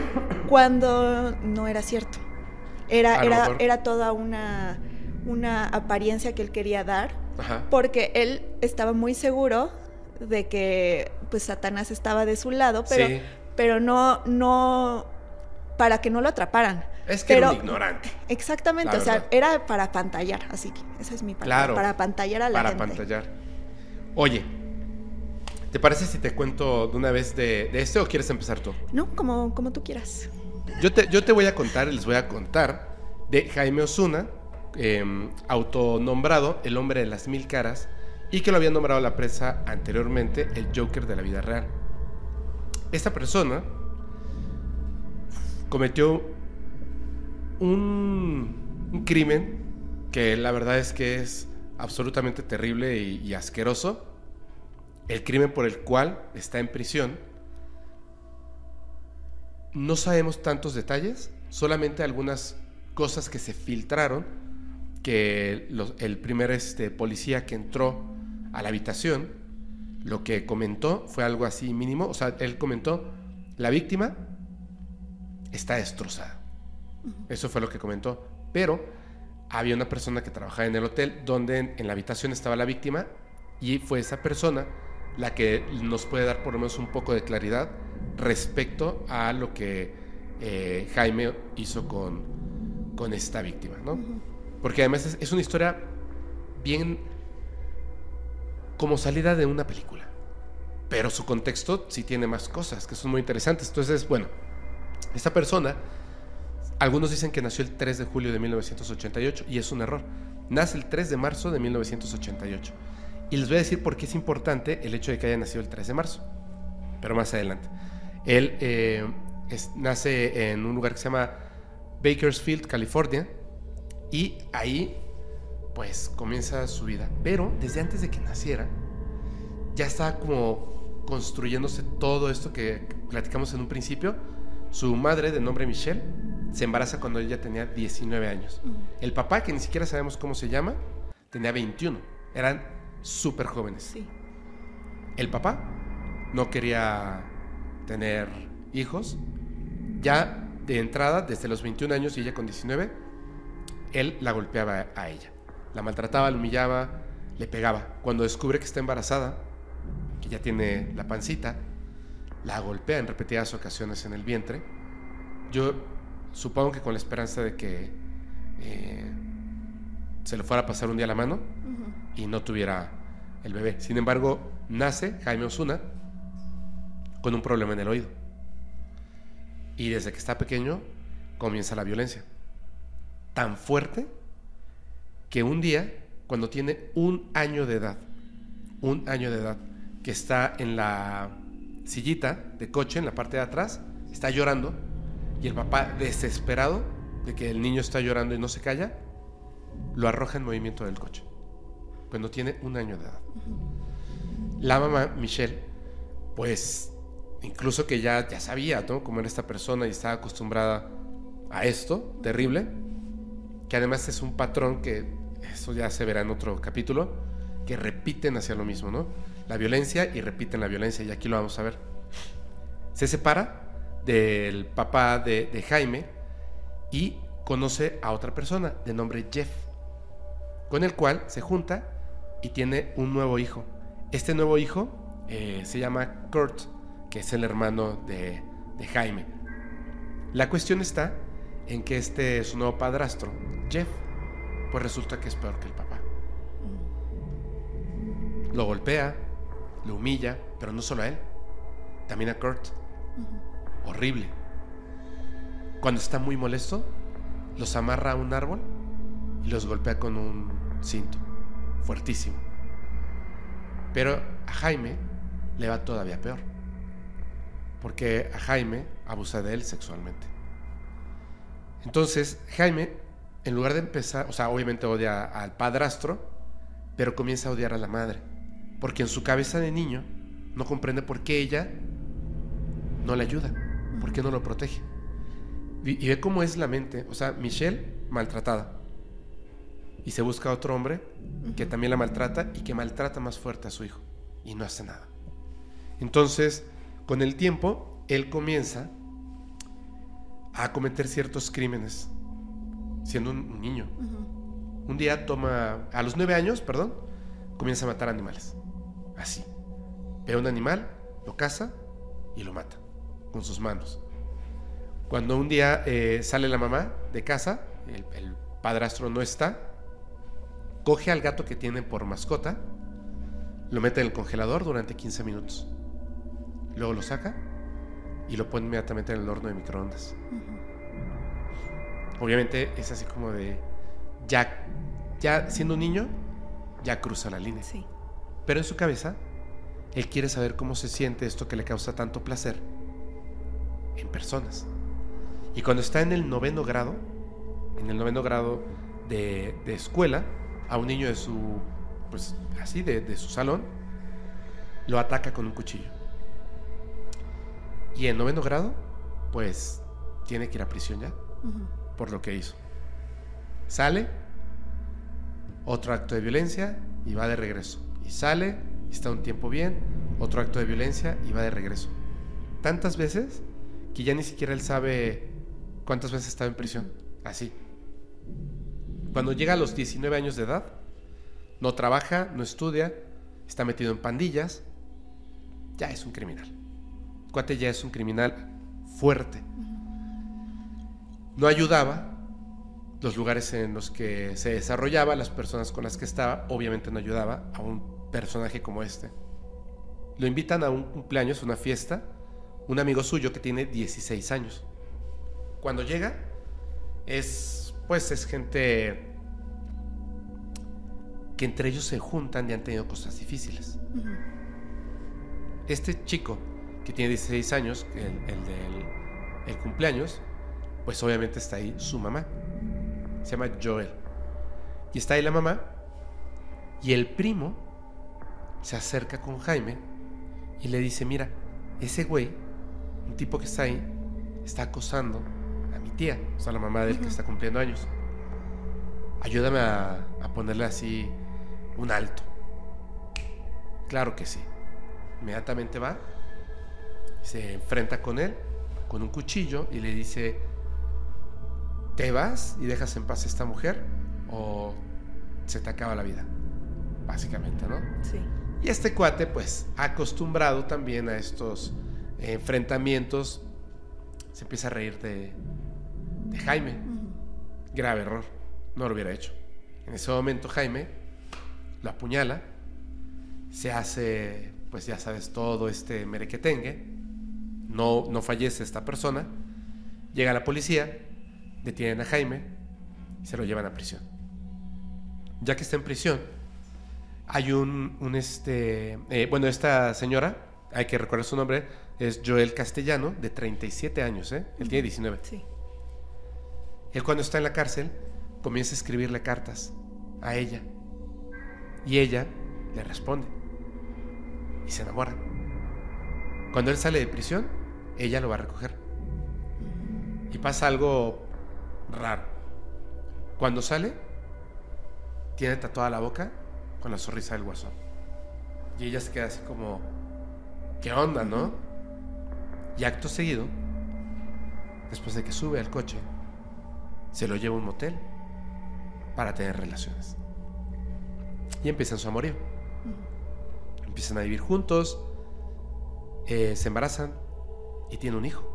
cuando no era cierto. Era, era, era toda una, una apariencia que él quería dar. Ajá. Porque él estaba muy seguro de que pues Satanás estaba de su lado, pero, sí. pero no, no para que no lo atraparan. Es que pero, era un ignorante. Exactamente, o sea, era para pantallar, así que esa es mi palabra, claro, para pantallar a la para gente. Para pantallar. Oye, ¿te parece si te cuento de una vez de, de este o quieres empezar tú? No, como, como tú quieras. Yo te, yo te voy a contar, les voy a contar de Jaime Ozuna, eh, autonombrado el hombre de las mil caras, y que lo había nombrado la prensa anteriormente el Joker de la vida real. Esta persona cometió un, un crimen que la verdad es que es absolutamente terrible y, y asqueroso. El crimen por el cual está en prisión. No sabemos tantos detalles, solamente algunas cosas que se filtraron, que los, el primer este, policía que entró a la habitación, lo que comentó fue algo así mínimo. O sea, él comentó, la víctima está destrozada. Uh-huh. Eso fue lo que comentó. Pero había una persona que trabajaba en el hotel donde en, en la habitación estaba la víctima y fue esa persona la que nos puede dar por lo menos un poco de claridad respecto a lo que eh, Jaime hizo con, con esta víctima, ¿no? Uh-huh. Porque además es, es una historia bien como salida de una película, pero su contexto sí tiene más cosas que son muy interesantes. Entonces, bueno, esta persona, algunos dicen que nació el tres de julio de mil novecientos ochenta y ocho y es un error. Nace el tres de marzo de mil novecientos ochenta y ocho. Y les voy a decir por qué es importante el hecho de que haya nacido el tres de marzo, pero más adelante. Él eh, es, nace en un lugar que se llama Bakersfield, California, y ahí pues comienza su vida. Pero desde antes de que naciera ya estaba como construyéndose todo esto que platicamos en un principio. Su madre, de nombre Michelle, se embaraza cuando ella tenía diecinueve años. Uh-huh. El papá, que ni siquiera sabemos cómo se llama, tenía veintiuno. Eran súper jóvenes. Sí. El papá no quería tener hijos. Ya de entrada, desde los veintiún años y ella con diecinueve, él la golpeaba a ella. La maltrataba, la humillaba, le pegaba. Cuando descubre que está embarazada, que ya tiene la pancita, la golpea en repetidas ocasiones en el vientre. Yo supongo que con la esperanza de que eh, se le fuera a pasar un día la mano uh-huh. y no tuviera el bebé. Sin embargo, nace Jaime Osuna con un problema en el oído. Y desde que está pequeño comienza la violencia. Tan fuerte que un día, cuando tiene un año de edad, un año de edad, que está en la sillita de coche, en la parte de atrás, está llorando, y el papá, desesperado de que el niño está llorando y no se calla, lo arroja en movimiento del coche, cuando tiene un año de edad. Uh-huh. La mamá, Michelle, pues, incluso que ya, ya sabía, ¿no?, cómo era esta persona y estaba acostumbrada a esto, terrible, que además es un patrón que, eso ya se verá en otro capítulo, que repiten hacia lo mismo, ¿no? La violencia y repiten la violencia, y aquí lo vamos a ver. Se separa del papá de, de Jaime y conoce a otra persona de nombre Jeff, con el cual se junta y tiene un nuevo hijo. Este nuevo hijo eh, se llama Kurt, que es el hermano de, de Jaime. La cuestión está en que este su nuevo padrastro, Jeff, pues resulta que es peor que el papá. Lo golpea, lo humilla, pero no solo a él, también a Kurt. Uh-huh. Horrible. Cuando está muy molesto, los amarra a un árbol y los golpea con un cinto fuertísimo. Pero a Jaime le va todavía peor, porque a Jaime abusa de él sexualmente. Entonces Jaime, en lugar de empezar, o sea, obviamente odia al padrastro, pero comienza a odiar a la madre, porque en su cabeza de niño no comprende por qué ella no le ayuda, por qué no lo protege. Y, y ve cómo es la mente. O sea, Michelle maltratada, y se busca a otro hombre que también la maltrata y que maltrata más fuerte a su hijo, y no hace nada. Entonces, con el tiempo, él comienza a cometer ciertos crímenes siendo un niño. Uh-huh. Un día toma, a los nueve años, perdón, comienza a matar animales, así. Ve a un animal, lo caza y lo mata con sus manos. Cuando un día eh, sale la mamá de casa, el, el padrastro no está, coge al gato que tiene por mascota, lo mete en el congelador durante quince minutos, luego lo saca y lo pone inmediatamente en el horno de microondas. Uh-huh. Obviamente es así como de, ya, ya siendo un niño, ya cruza la línea. Sí. Pero en su cabeza, él quiere saber cómo se siente esto que le causa tanto placer en personas. Y cuando está en el noveno grado, en el noveno grado de, de escuela, a un niño de su, pues así, de, de su salón, lo ataca con un cuchillo. Y en noveno grado, pues tiene que ir a prisión ya. Uh-huh. Por lo que hizo. Sale, otro acto de violencia y va de regreso. Y sale, y está un tiempo bien, otro acto de violencia y va de regreso. Tantas veces que ya ni siquiera él sabe ¿Cuántas veces estaba en prisión? Así. Cuando llega a los diecinueve años de edad, no trabaja, no estudia, está metido en pandillas, ya es un criminal. El cuate ya es un criminal fuerte. No ayudaba los lugares en los que se desarrollaba, las personas con las que estaba, obviamente no ayudaba a un personaje como este. Lo invitan a un cumpleaños, una fiesta, un amigo suyo que tiene dieciséis años. Cuando llega, es, pues es gente que entre ellos se juntan y han tenido cosas difíciles. Uh-huh. Este chico que tiene dieciséis años, el, el del el cumpleaños, pues obviamente está ahí su mamá. Se llama Joel. Y está ahí la mamá. Y el primo se acerca con Jaime y le dice, mira, ese güey, un tipo que está ahí, está acosando a mi tía, o sea, la mamá del uh-huh. que está cumpliendo años. Ayúdame a, a ponerle así un alto. Claro que sí. Inmediatamente va, se enfrenta con él, con un cuchillo, y le dice, ¿te vas y dejas en paz a esta mujer o se te acaba la vida? Básicamente, ¿no? Sí. Y este cuate, pues, acostumbrado también a estos eh, enfrentamientos, se empieza a reír de, de Jaime. Uh-huh. Grave error, no lo hubiera hecho. En ese momento Jaime lo apuñala, se hace, pues ya sabes, todo este merequetengue, no, no fallece esta persona, llega la policía, detienen a Jaime y se lo llevan a prisión. Ya que está en prisión, hay un, un este, eh, bueno, esta señora, hay que recordar su nombre, es Joel Castellano, de treinta y siete años, ¿eh? Él tiene diecinueve. Sí. Él cuando está en la cárcel comienza a escribirle cartas a ella y ella le responde y se enamoran. Cuando él sale de prisión, ella lo va a recoger y pasa algo raro. Cuando sale, tiene tatuada la boca con la sonrisa del Guasón y ella se queda así como, ¿qué onda, no? Y acto seguido, después de que sube al coche, se lo lleva a un motel para tener relaciones. Y empiezan su amorío. Uh-huh. Empiezan a vivir juntos, eh, se embarazan y tienen un hijo.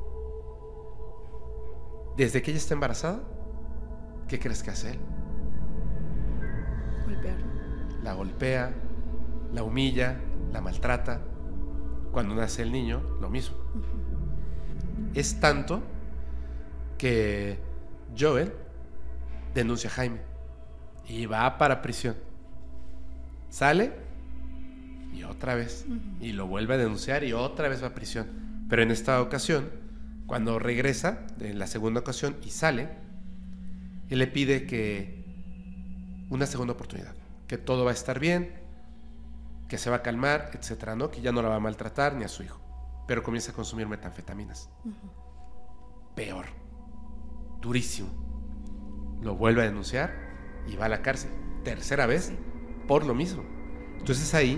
Desde que ella está embarazada, ¿qué crees que hace él? Golpearla. La golpea, la humilla, la maltrata. Cuando nace el niño, lo mismo. Uh-huh. Es tanto que Joel denuncia a Jaime y va para prisión. Sale y otra vez, uh-huh. y lo vuelve a denunciar y otra vez va a prisión. Pero en esta ocasión, cuando regresa, en la segunda ocasión, y sale, él le pide que una segunda oportunidad, que todo va a estar bien, que se va a calmar, etcétera, ¿no? Que ya no la va a maltratar ni a su hijo. Pero comienza a consumir metanfetaminas. Uh-huh. Peor. Durísimo. Lo vuelve a denunciar y va a la cárcel. Tercera vez, sí. Por lo mismo. Entonces ahí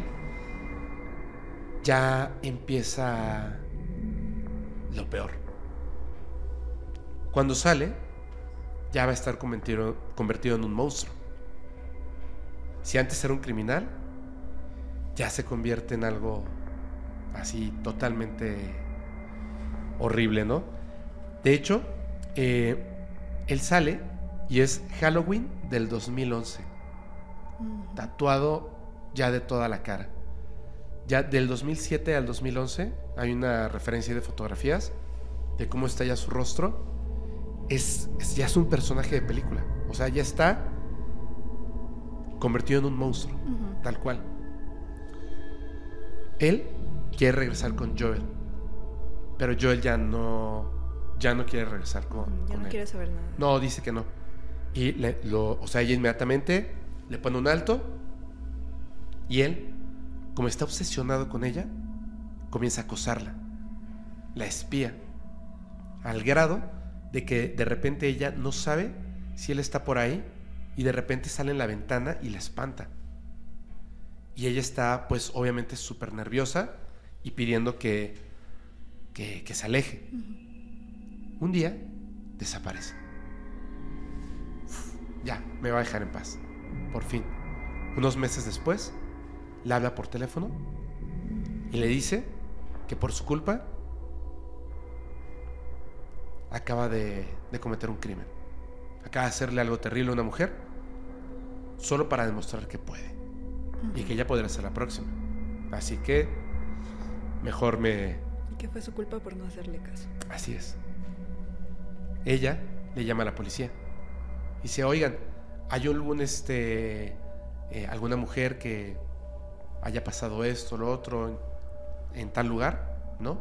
ya empieza lo peor. Cuando sale, ya va a estar convertido, convertido en un monstruo. Si antes era un criminal, ya se convierte en algo así totalmente horrible, ¿no? De hecho, eh, él sale y es Halloween del dos mil once. Uh-huh. Tatuado ya de toda la cara. Ya del dos mil siete al dos mil once hay una referencia de fotografías de cómo está ya su rostro. Es, es ya es un personaje de película. O sea, ya está convertido en un monstruo, uh-huh. tal cual. Él quiere regresar con Joel, pero Joel ya no ya no quiere regresar con, ya con no él. quiere saber nada. No, dice que no. Y le, lo, o sea, ella inmediatamente le pone un alto y él, como está obsesionado con ella, comienza a acosarla, la espía, al grado de que de repente ella no sabe si él está por ahí y de repente sale en la ventana y la espanta. Y ella está, pues, obviamente súper nerviosa y pidiendo que, que, que se aleje. Uh-huh. Un día desaparece. Uf, ya, me va a dejar en paz. Por fin. Unos meses después, le habla por teléfono y le dice que por su culpa acaba de, de cometer un crimen. Acaba de hacerle algo terrible a una mujer solo para demostrar que puede y que ella podrá ser la próxima. Así que mejor me... Que fue su culpa por no hacerle caso. Así es. Ella le llama a la policía y dice, oigan, ¿hay algún este eh, alguna mujer que haya pasado esto, lo otro en, en tal lugar? ¿No?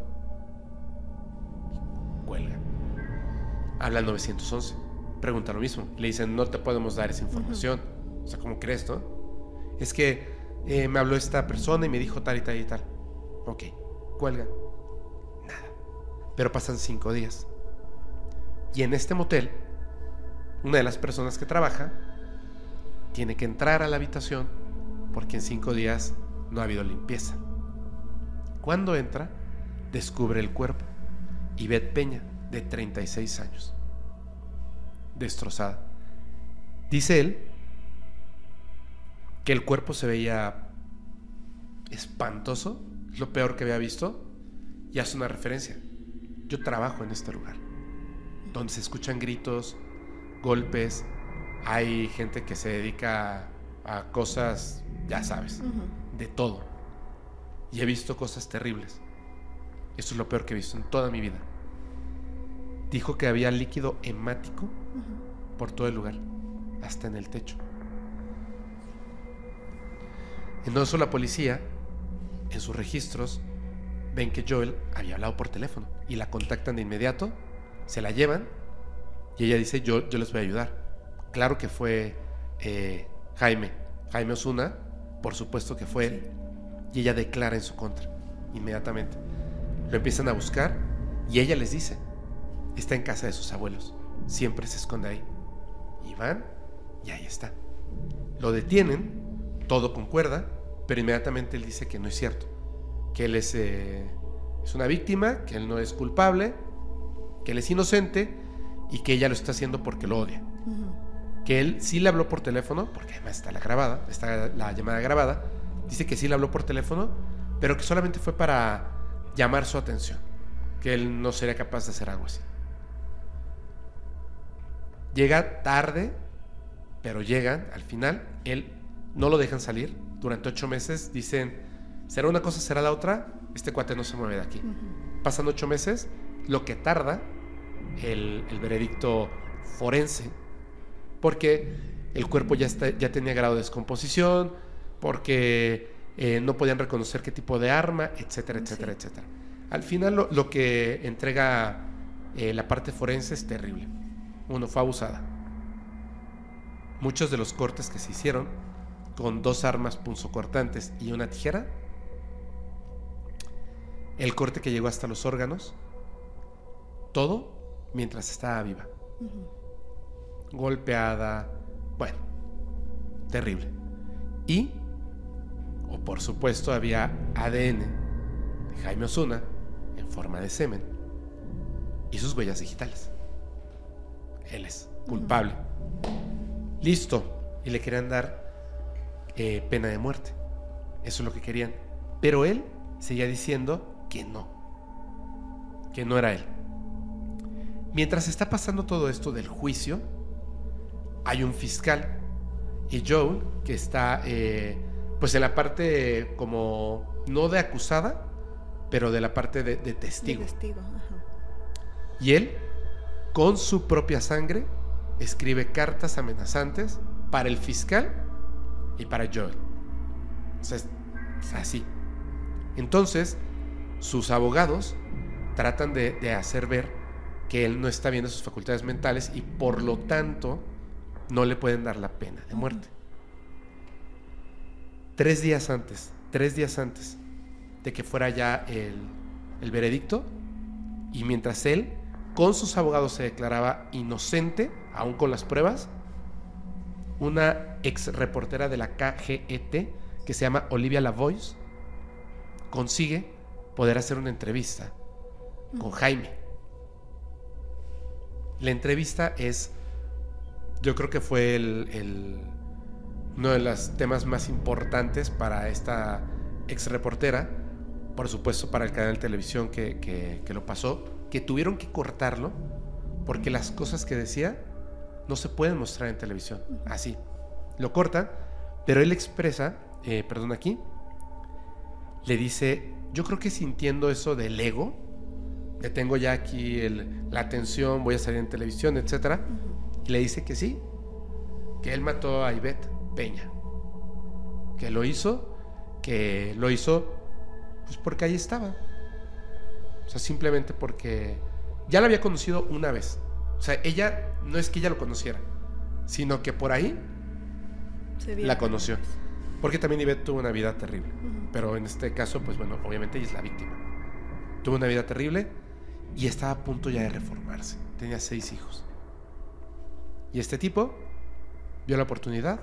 Cuelga. Habla al nueve once, pregunta lo mismo. Le dicen, no te podemos dar esa información. Uh-huh. O sea, ¿cómo crees, no? Es que eh, me habló esta persona y me dijo tal y tal y tal. Ok, cuelga. Nada. Pero pasan cinco días. Y en este motel, una de las personas que trabaja tiene que entrar a la habitación porque en cinco días no ha habido limpieza. Cuando entra, descubre el cuerpo. Ivette Peña, de treinta y seis años, destrozada. Dice él que el cuerpo se veía espantoso, es lo peor que había visto, y hace una referencia. Yo trabajo en este lugar, donde se escuchan gritos, golpes, hay gente que se dedica a cosas, ya sabes, uh-huh. de todo. Y he visto cosas terribles. Esto es lo peor que he visto en toda mi vida. Dijo que había líquido hemático uh-huh. por todo el lugar, hasta en el techo. Entonces la policía, en sus registros, ven que Joel había hablado por teléfono y la contactan de inmediato, se la llevan y ella dice, yo, yo les voy a ayudar. Claro que fue eh, Jaime, Jaime Osuna, por supuesto que fue él, y ella declara en su contra, inmediatamente. Lo empiezan a buscar y ella les dice, está en casa de sus abuelos, siempre se esconde ahí. Y van y ahí está. Lo detienen, todo concuerda, pero inmediatamente él dice que no es cierto, que él es, eh, es una víctima, que él no es culpable, que él es inocente y que ella lo está haciendo porque lo odia. Uh-huh. Que él sí le habló por teléfono, porque además está la grabada, está la llamada grabada, dice que sí le habló por teléfono, pero que solamente fue para llamar su atención, que él no sería capaz de hacer algo así. Llega tarde, pero llegan al final, él no lo dejan salir durante ocho meses, dicen, será una cosa, será la otra, este cuate no se mueve de aquí. Uh-huh. Pasan ocho meses, lo que tarda el, el veredicto forense, porque el cuerpo ya, está, ya tenía grado de descomposición, porque eh, no podían reconocer qué tipo de arma, etcétera, etcétera, sí. etcétera. Al final lo, lo que entrega eh, la parte forense es terrible. Uno, fue abusada. Muchos de los cortes que se hicieron con dos armas punzocortantes y una tijera, el corte que llegó hasta los órganos, todo mientras estaba viva. Uh-huh. Golpeada, bueno, terrible. Y, o por supuesto, había A D N de Jaime Osuna en forma de semen y sus huellas digitales. Él es culpable. Uh-huh. Listo. Y le querían dar eh, pena de muerte. Eso es lo que querían. Pero él seguía diciendo que no, que no era él. Mientras está pasando todo esto del juicio, hay un fiscal y Joel, que está eh, pues en la parte como no de acusada, pero de la parte de, de testigo, de testigo. Ajá. Y él, con su propia sangre, escribe cartas amenazantes para el fiscal y para Joel. O sea, es así. Entonces sus abogados tratan de, de hacer ver que él no está bien de sus facultades mentales y por lo tanto no le pueden dar la pena de muerte. Tres días antes, tres días antes de que fuera ya el, el veredicto, y mientras él con sus abogados se declaraba inocente, aún con las pruebas, una ex reportera de la K G E T que se llama Olivia Lavois consigue poder hacer una entrevista con Jaime. La entrevista es, yo creo que fue el, el, uno de los temas más importantes para esta ex reportera, por supuesto para el canal de televisión que, que, que lo pasó, que tuvieron que cortarlo porque las cosas que decía no se pueden mostrar en televisión, así. Lo cortan, pero él expresa, eh, perdón aquí, le dice, yo creo que sintiendo eso del ego, que tengo ya aquí el, la atención, voy a salir en televisión, etcétera, y le dice que sí, que él mató a Ivette Peña, que lo hizo, que lo hizo pues porque ahí estaba, o sea, simplemente porque ya la había conocido una vez. O sea, ella, no es que ella lo conociera, sino que por ahí la conoció. Porque también Ivette tuvo una vida terrible. Uh-huh. Pero en este caso, pues bueno, obviamente ella es la víctima. Tuvo una vida terrible y estaba a punto ya de reformarse. Tenía seis hijos. Y este tipo vio la oportunidad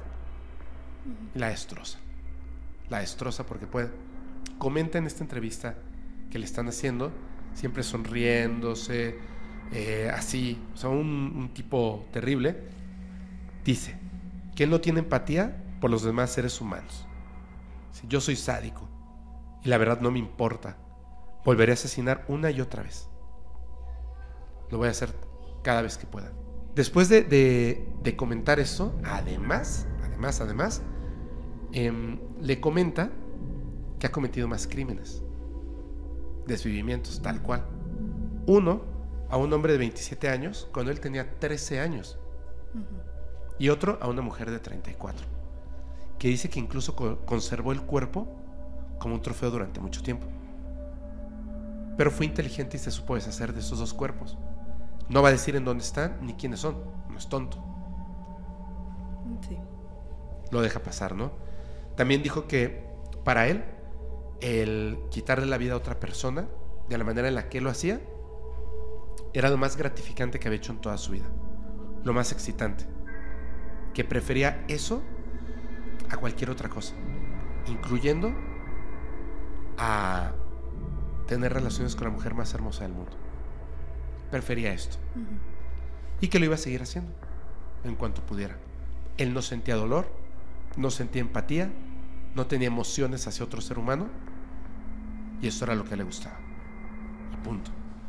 y la destroza. La destroza porque puede. Comenta en esta entrevista que le están haciendo, siempre sonriéndose, eh, así, o sea, un, un tipo terrible. Dice que él no tiene empatía por los demás seres humanos. Si yo soy sádico y la verdad no me importa, volveré a asesinar una y otra vez. Lo voy a hacer cada vez que pueda. Después de, de, de comentar eso, además, además, además, eh, le comenta que ha cometido más crímenes, desvivimientos, tal cual. Uno a un hombre de veintisiete años cuando él tenía trece años. Uh-huh. Y otro a una mujer de treinta y cuatro, que dice que incluso co- conservó el cuerpo como un trofeo durante mucho tiempo. Pero fue inteligente y se supo deshacer de esos dos cuerpos. No va a decir en dónde están ni quiénes son, no es tonto. Sí. Lo deja pasar, ¿no? También dijo que para él el quitarle la vida a otra persona de la manera en la que él lo hacía era lo más gratificante que había hecho en toda su vida, lo más excitante, que prefería eso a cualquier otra cosa, incluyendo a tener relaciones con la mujer más hermosa del mundo. Prefería esto. Uh-huh. Y que lo iba a seguir haciendo en cuanto pudiera. Él no sentía dolor, no sentía empatía, no tenía emociones hacia otro ser humano, y eso era lo que le gustaba. Y punto.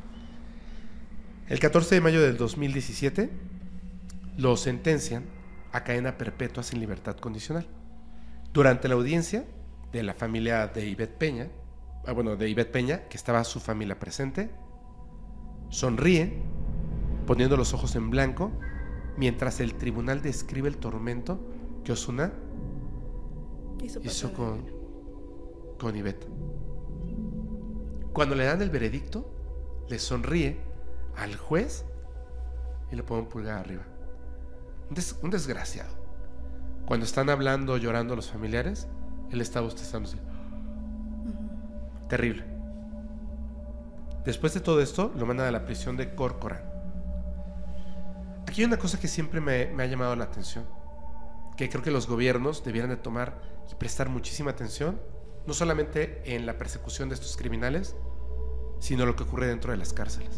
El catorce de mayo del dos mil diecisiete lo sentencian a cadena perpetua sin libertad condicional. Durante la audiencia de la familia de Ivette Peña, ah, bueno, de Ivette Peña, que estaba su familia presente, sonríe, poniendo los ojos en blanco, mientras el tribunal describe el tormento que Ozuna hizo, hizo con, con Ivette. Cuando le dan el veredicto, le sonríe al juez y le pone un pulgar arriba. Un, des, un desgraciado. Cuando están hablando, llorando los familiares, él está bostezando así. Uh-huh. Terrible. Después de todo esto, lo mandan a la prisión de Corcoran. Aquí hay una cosa que siempre me, me ha llamado la atención, que creo que los gobiernos debieran de tomar y prestar muchísima atención, no solamente en la persecución de estos criminales, sino lo que ocurre dentro de las cárceles.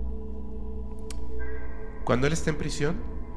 Cuando él está en prisión,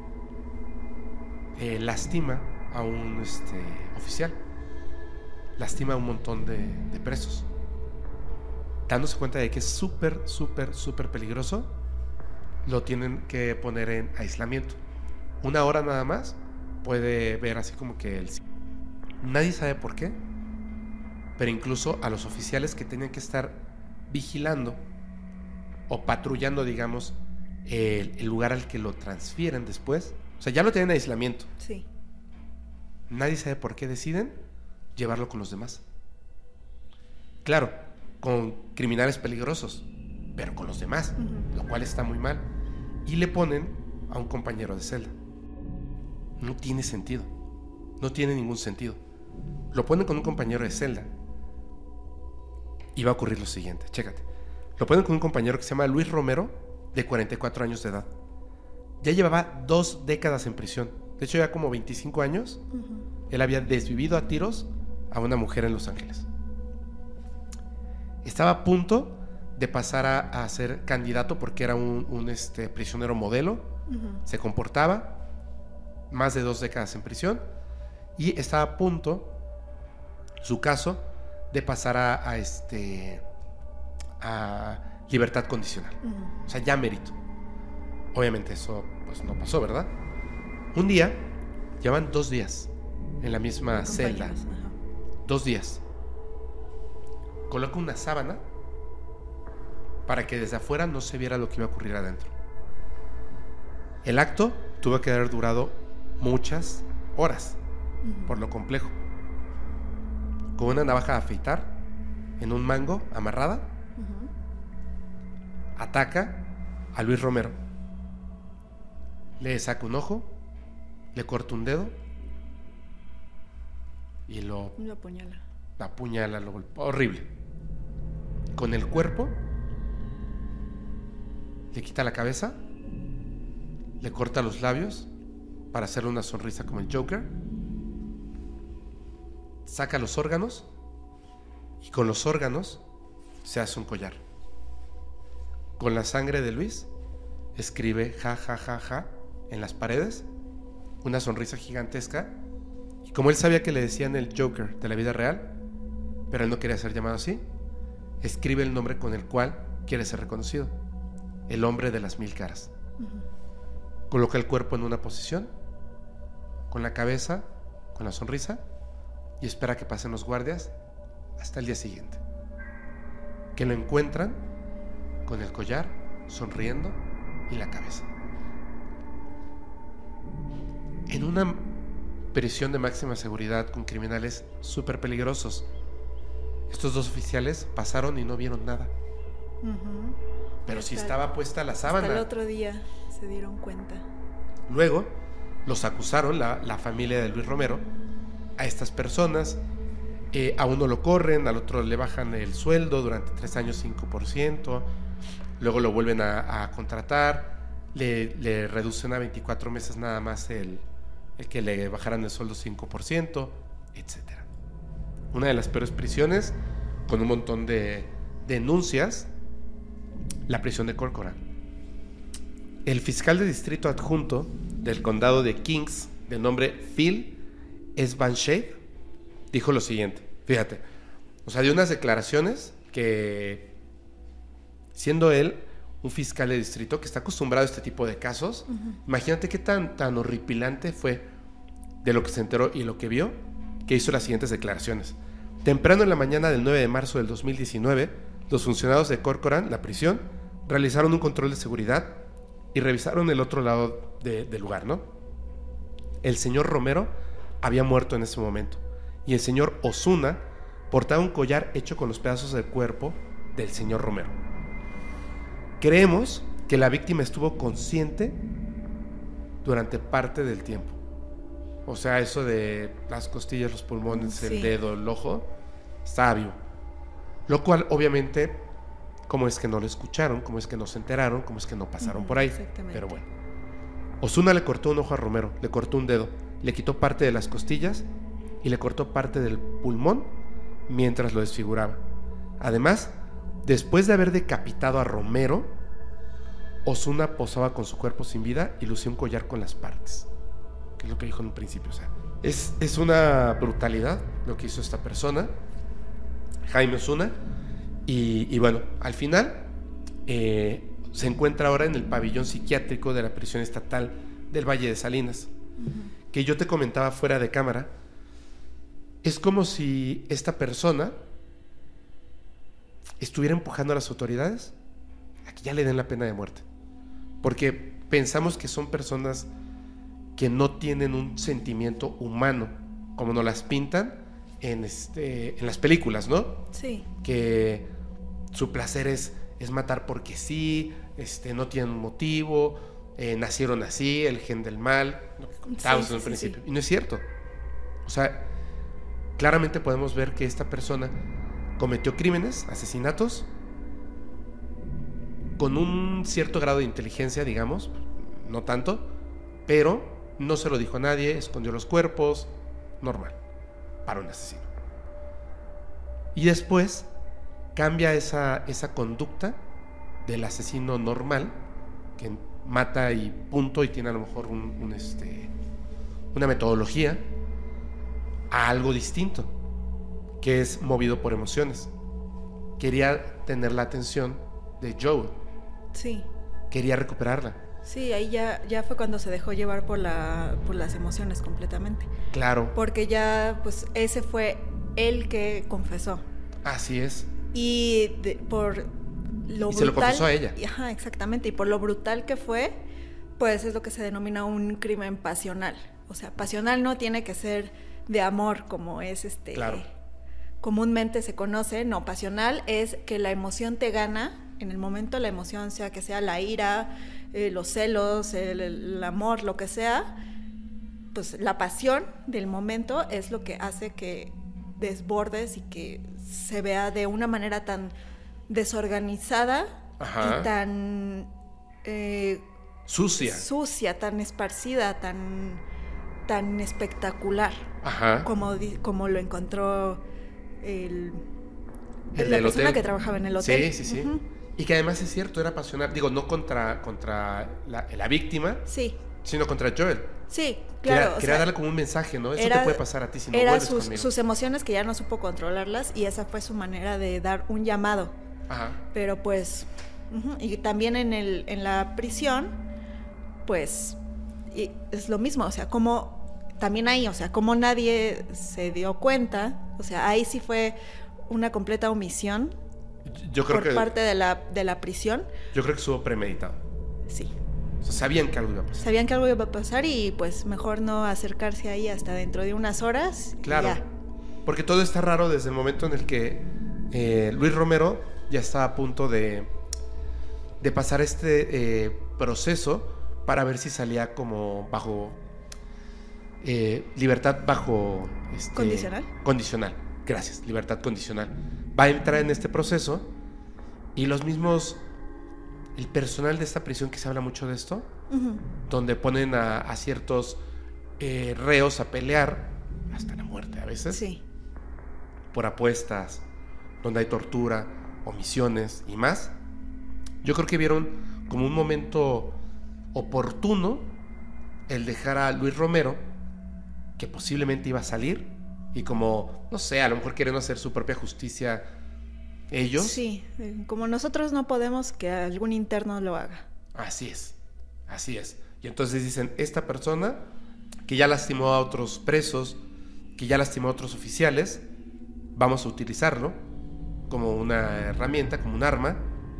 eh, lastima a un este, oficial, lastima a un montón de, de presos, dándose cuenta de que es súper, súper, súper peligroso. Lo tienen que poner en aislamiento. Una hora nada más puede ver así como que el... Nadie sabe por qué, pero incluso a los oficiales que tenían que estar vigilando o patrullando, digamos, el, el lugar al que lo transfieren después, o sea, ya lo tienen en aislamiento. Sí. Nadie sabe por qué deciden llevarlo con los demás. Claro, con criminales peligrosos, pero con los demás, uh-huh. Lo cual está muy mal. Y le ponen a un compañero de celda. No tiene sentido. No tiene ningún sentido. Lo ponen con un compañero de celda y va a ocurrir lo siguiente. Chécate. Lo ponen con un compañero que se llama Luis Romero, de cuarenta y cuatro años de edad. Ya llevaba dos décadas en prisión. De hecho, ya como veinticinco años, uh-huh. Él había desvivido a tiros a una mujer en Los Ángeles. Estaba a punto de pasar a, a ser candidato porque era un, un este, prisionero modelo, uh-huh. se comportaba, más de dos décadas en prisión, y estaba a punto, su caso, de pasar a, a, este, a libertad condicional. Uh-huh. O sea, ya mérito. Obviamente eso pues, no pasó, ¿verdad? Un día, llevan dos días en la misma celda. Ajá. Dos días. Coloca una sábana para que desde afuera no se viera lo que iba a ocurrir adentro. El acto tuvo que haber durado muchas horas, uh-huh. por lo complejo. Con una navaja de afeitar en un mango amarrada, uh-huh. ataca a Luis Romero. Le saca un ojo, le corta un dedo y lo... Lo apuñala. La apuñala, lo golpea. Horrible. Con el cuerpo le quita la cabeza, le corta los labios para hacerle una sonrisa como el Joker, saca los órganos y con los órganos se hace un collar. Con la sangre de Luis escribe ja ja ja ja en las paredes, una sonrisa gigantesca, y como él sabía que le decían el Joker de la vida real, pero él no quería ser llamado así, escribe el nombre con el cual quiere ser reconocido: el hombre de las mil caras. Uh-huh. Coloca el cuerpo en una posición, con la cabeza, con la sonrisa, y espera que pasen los guardias hasta el día siguiente, que lo encuentran con el collar, sonriendo, y la cabeza. En una prisión de máxima seguridad con criminales súper peligrosos, estos dos oficiales pasaron y no vieron nada. Uh-huh. Pero sí estaba puesta la sábana. Hasta el otro día se dieron cuenta. Luego los acusaron, la, la familia de Luis Romero, a estas personas. Eh, a uno lo corren, al otro le bajan el sueldo durante tres años cinco por ciento. Luego lo vuelven a, a contratar, le, le reducen a veinticuatro meses nada más el, el que le bajaran el sueldo cinco por ciento, etcétera. Una de las peores prisiones, con un montón de denuncias, la prisión de Corcoran. El fiscal de distrito adjunto del condado de Kings, de nombre Phil S. Van Shade, dijo lo siguiente. Fíjate, o sea, dio unas declaraciones que, siendo él un fiscal de distrito que está acostumbrado a este tipo de casos, uh-huh. imagínate qué tan, tan horripilante fue de lo que se enteró y lo que vio, que hizo las siguientes declaraciones. Temprano en la mañana del nueve de marzo del dos mil diecinueve, los funcionarios de Corcoran, la prisión, realizaron un control de seguridad y revisaron el otro lado de, del lugar, ¿no? El señor Romero había muerto en ese momento y el señor Osuna portaba un collar hecho con los pedazos del cuerpo del señor Romero. Creemos que la víctima estuvo consciente durante parte del tiempo. O sea, eso de las costillas, los pulmones, sí. el dedo, el ojo, estaba vivo. Lo cual, obviamente, cómo es que no lo escucharon, cómo es que no se enteraron, cómo es que no pasaron uh-huh, por ahí. Pero bueno. Osuna le cortó un ojo a Romero, le cortó un dedo, le quitó parte de las costillas y le cortó parte del pulmón mientras lo desfiguraba. Además, después de haber decapitado a Romero, Osuna posaba con su cuerpo sin vida y lucía un collar con las partes, que es lo que dijo en un principio. O sea, es, es una brutalidad lo que hizo esta persona, Jaime Osuna. Y, y bueno, al final eh, se encuentra ahora en el pabellón psiquiátrico de la prisión estatal del Valle de Salinas. Uh-huh. Que yo te comentaba fuera de cámara. Es como si esta persona estuviera empujando a las autoridades a que ya le den la pena de muerte, porque pensamos que son personas que no tienen un sentimiento humano como nos las pintan en, este, en las películas, ¿no? Sí. Que su placer es, es matar porque sí, este, no tienen un motivo, eh, nacieron así, el gen del mal, lo que contábamos sí, en el sí, principio. Sí. Y no es cierto. O sea, claramente podemos ver que esta persona cometió crímenes, asesinatos, con un cierto grado de inteligencia, digamos, no tanto, pero no se lo dijo a nadie, escondió los cuerpos, normal, para un asesino. Y después cambia esa, esa conducta del asesino normal, que mata y punto, y tiene a lo mejor un, un este, una metodología, a algo distinto, que es movido por emociones. Quería tener la atención de Joel. Sí. Quería recuperarla. Sí, ahí ya, ya fue cuando se dejó llevar por, la, por las emociones completamente. Claro. Porque ya, pues, ese fue el que confesó. Así es. Y de, por lo y brutal... se lo confesó a ella. Ajá, exactamente. Y por lo brutal que fue, pues es lo que se denomina un crimen pasional. O sea, pasional no tiene que ser de amor, como es este... Claro. comúnmente se conoce. No, pasional es que la emoción te gana en el momento, la emoción, sea que sea la ira, eh, los celos, el, el amor, lo que sea, pues la pasión del momento es lo que hace que desbordes y que se vea de una manera tan desorganizada. Ajá. Y tan eh, sucia, sucia, tan esparcida, tan, tan espectacular. Ajá. Como, como lo encontró el, el la del persona hotel. que trabajaba en el hotel. Sí, sí, sí. Uh-huh. Y que además es cierto, era pasional. Digo, no contra, contra la, la víctima, sí, sino contra Joel. Sí, claro. Quería, quería sea, darle como un mensaje, ¿no? Eso era, te puede pasar a ti si no era vuelves sus, conmigo. sus emociones que ya no supo controlarlas, y esa fue su manera de dar un llamado. Ajá. Pero pues, uh-huh, y también en, el, en la prisión, pues, y es lo mismo, o sea, como también ahí, o sea, como nadie se dio cuenta, o sea, ahí sí fue una completa omisión. Yo creo por que, parte de la, de la prisión. Yo creo que estuvo premeditado. Sí. O sea, sabían que algo iba a pasar. Sabían que algo iba a pasar y pues mejor no acercarse ahí hasta dentro de unas horas. Claro. Y ya. Porque todo está raro desde el momento en el que eh, Luis Romero ya está a punto de, de pasar este eh, proceso para ver si salía como bajo eh, libertad bajo este, condicional. Condicional. Gracias, libertad condicional. Va a entrar en este proceso y los mismos, el personal de esta prisión, que se habla mucho de esto, uh-huh, donde ponen a, a ciertos eh, reos a pelear hasta la muerte a veces, sí, por apuestas, donde hay tortura, omisiones y más. Yo creo que vieron como un momento oportuno el dejar a Luis Romero, que posiblemente iba a salir, y como, no sé, a lo mejor quieren hacer su propia justicia ellos. Sí, como nosotros no podemos, que algún interno lo haga. Así es, así es. Y entonces dicen, esta persona que ya lastimó a otros presos, que ya lastimó a otros oficiales, vamos a utilizarlo como una herramienta, como un arma,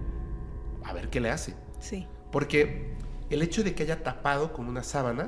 a ver qué le hace. Sí. Porque el hecho de que haya tapado con una sábana,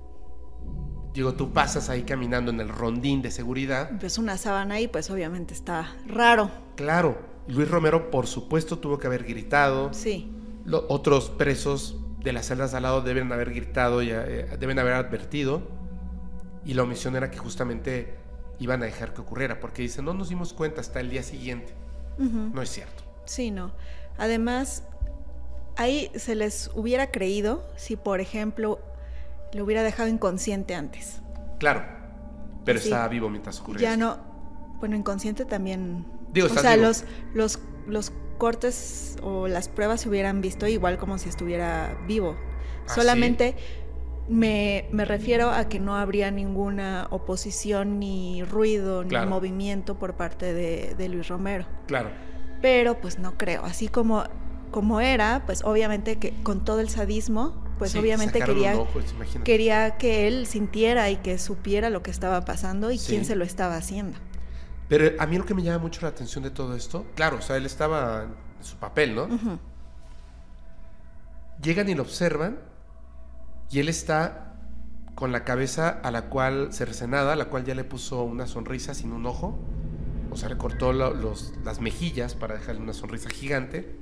digo, tú pasas ahí caminando en el rondín de seguridad. Pues una sábana ahí, pues obviamente está raro. Claro, Luis Romero por supuesto tuvo que haber gritado. Sí. Lo, otros presos de las celdas de al lado deben haber gritado, y, eh, deben haber advertido. Y la omisión era que justamente iban a dejar que ocurriera, porque dicen, no nos dimos cuenta hasta el día siguiente. Uh-huh. No es cierto. Sí, no. Además, ahí se les hubiera creído si, por ejemplo, lo hubiera dejado inconsciente antes. Claro, pero sí, estaba vivo mientras ocurrió. Ya esto. no, bueno, inconsciente también. Digo, o sea, vivo. los los los cortes o las pruebas se hubieran visto igual como si estuviera vivo. ¿Ah, Solamente sí? me, me refiero a que no habría ninguna oposición, ni ruido, claro. ni movimiento por parte de, de Luis Romero. Claro. Pero pues no creo. Así como, como era, pues obviamente que con todo el sadismo, pues sí, obviamente quería, ojo, quería que él sintiera y que supiera lo que estaba pasando y sí. quién se lo estaba haciendo. Pero a mí lo que me llama mucho la atención de todo esto, claro, o sea, él estaba en su papel, ¿no? Uh-huh. Llegan y lo observan y él está con la cabeza a la cual cercenada, a la cual ya le puso una sonrisa sin un ojo, o sea, le cortó lo, los, las mejillas para dejarle una sonrisa gigante.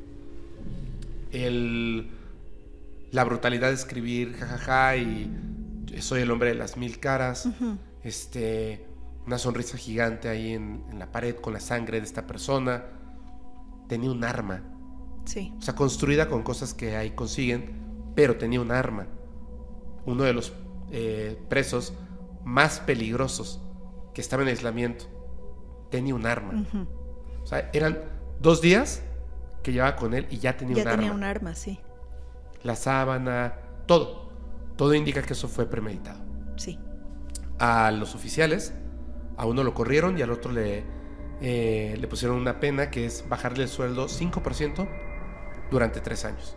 El, la brutalidad de escribir jajaja y soy el hombre de las mil caras, uh-huh. este, una sonrisa gigante ahí en, en la pared con la sangre de esta persona. Tenía un arma. Sí. O sea, construida con cosas que ahí consiguen, pero tenía un arma. Uno de los eh, presos más peligrosos que estaba en aislamiento tenía un arma. Uh-huh. O sea, eran Dos días que llevaba con él y ya tenía ya un tenía arma. un arma, sí. La sábana, todo. Todo indica que eso fue premeditado. Sí. A los oficiales, a uno lo corrieron y al otro le, eh, le pusieron una pena que es bajarle el sueldo cinco por ciento durante tres años.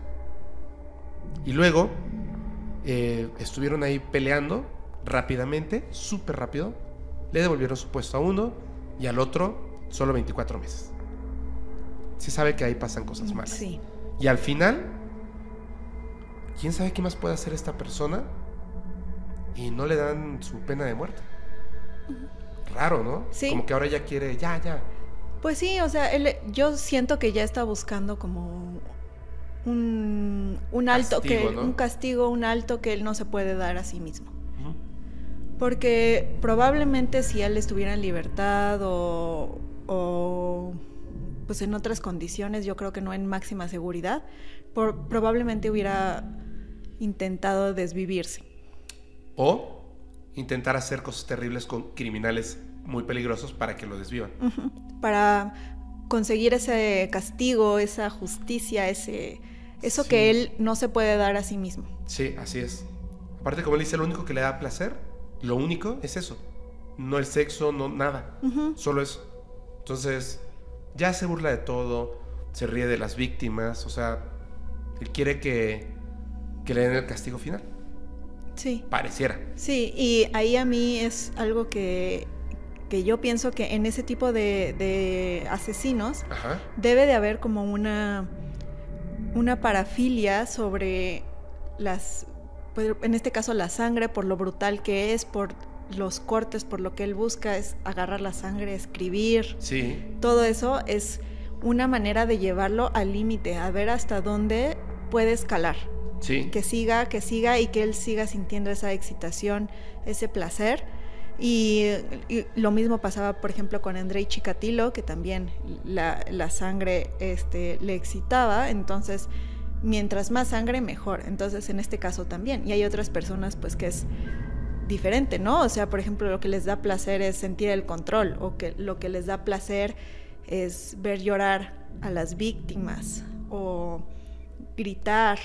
Y luego eh, estuvieron ahí peleando rápidamente, súper rápido. Le devolvieron su puesto a uno y al otro solo veinticuatro meses. Se sabe que ahí pasan cosas malas. Sí. Y al final, ¿quién sabe qué más puede hacer esta persona? Y no le dan su pena de muerte. Raro, ¿no? Sí. Como que ahora ya quiere, ya, ya. Pues sí, o sea, él, yo siento que ya está buscando como un, un alto, Castigo, que ¿no? un castigo, un alto que él no se puede dar a sí mismo. Uh-huh. Porque probablemente si él estuviera en libertad o, o pues en otras condiciones, yo creo que no en máxima seguridad, por, probablemente hubiera intentado desvivirse. O intentar hacer cosas terribles con criminales muy peligrosos para que lo desvivan. Uh-huh. Para conseguir ese castigo, esa justicia, ese eso Sí. que él no se puede dar a sí mismo. Sí, así es. Aparte, como él dice, lo único que le da placer, lo único es eso. No el sexo, no nada. Uh-huh. Solo eso. Entonces, ya se burla de todo, se ríe de las víctimas, o sea, él quiere que, que le den el castigo final. Sí. Pareciera. Sí, y ahí a mí es algo que, que yo pienso que en ese tipo de, de asesinos Ajá. debe de haber como una, una parafilia sobre las, pues, en este caso la sangre, por lo brutal que es, por los cortes, por lo que él busca es agarrar la sangre, escribir. Sí. Todo eso es una manera de llevarlo al límite, a ver hasta dónde puede escalar. Sí. Que siga, que siga y que él siga sintiendo esa excitación, ese placer. Y, y lo mismo pasaba, por ejemplo, con Andrei Chikatilo, que también la, la sangre este, le excitaba. Entonces, mientras más sangre, mejor. Entonces, en este caso también. Y hay otras personas, pues, que es diferente, ¿no? O sea, por ejemplo, lo que les da placer es sentir el control, o que lo que les da placer es ver llorar a las víctimas, o gritar,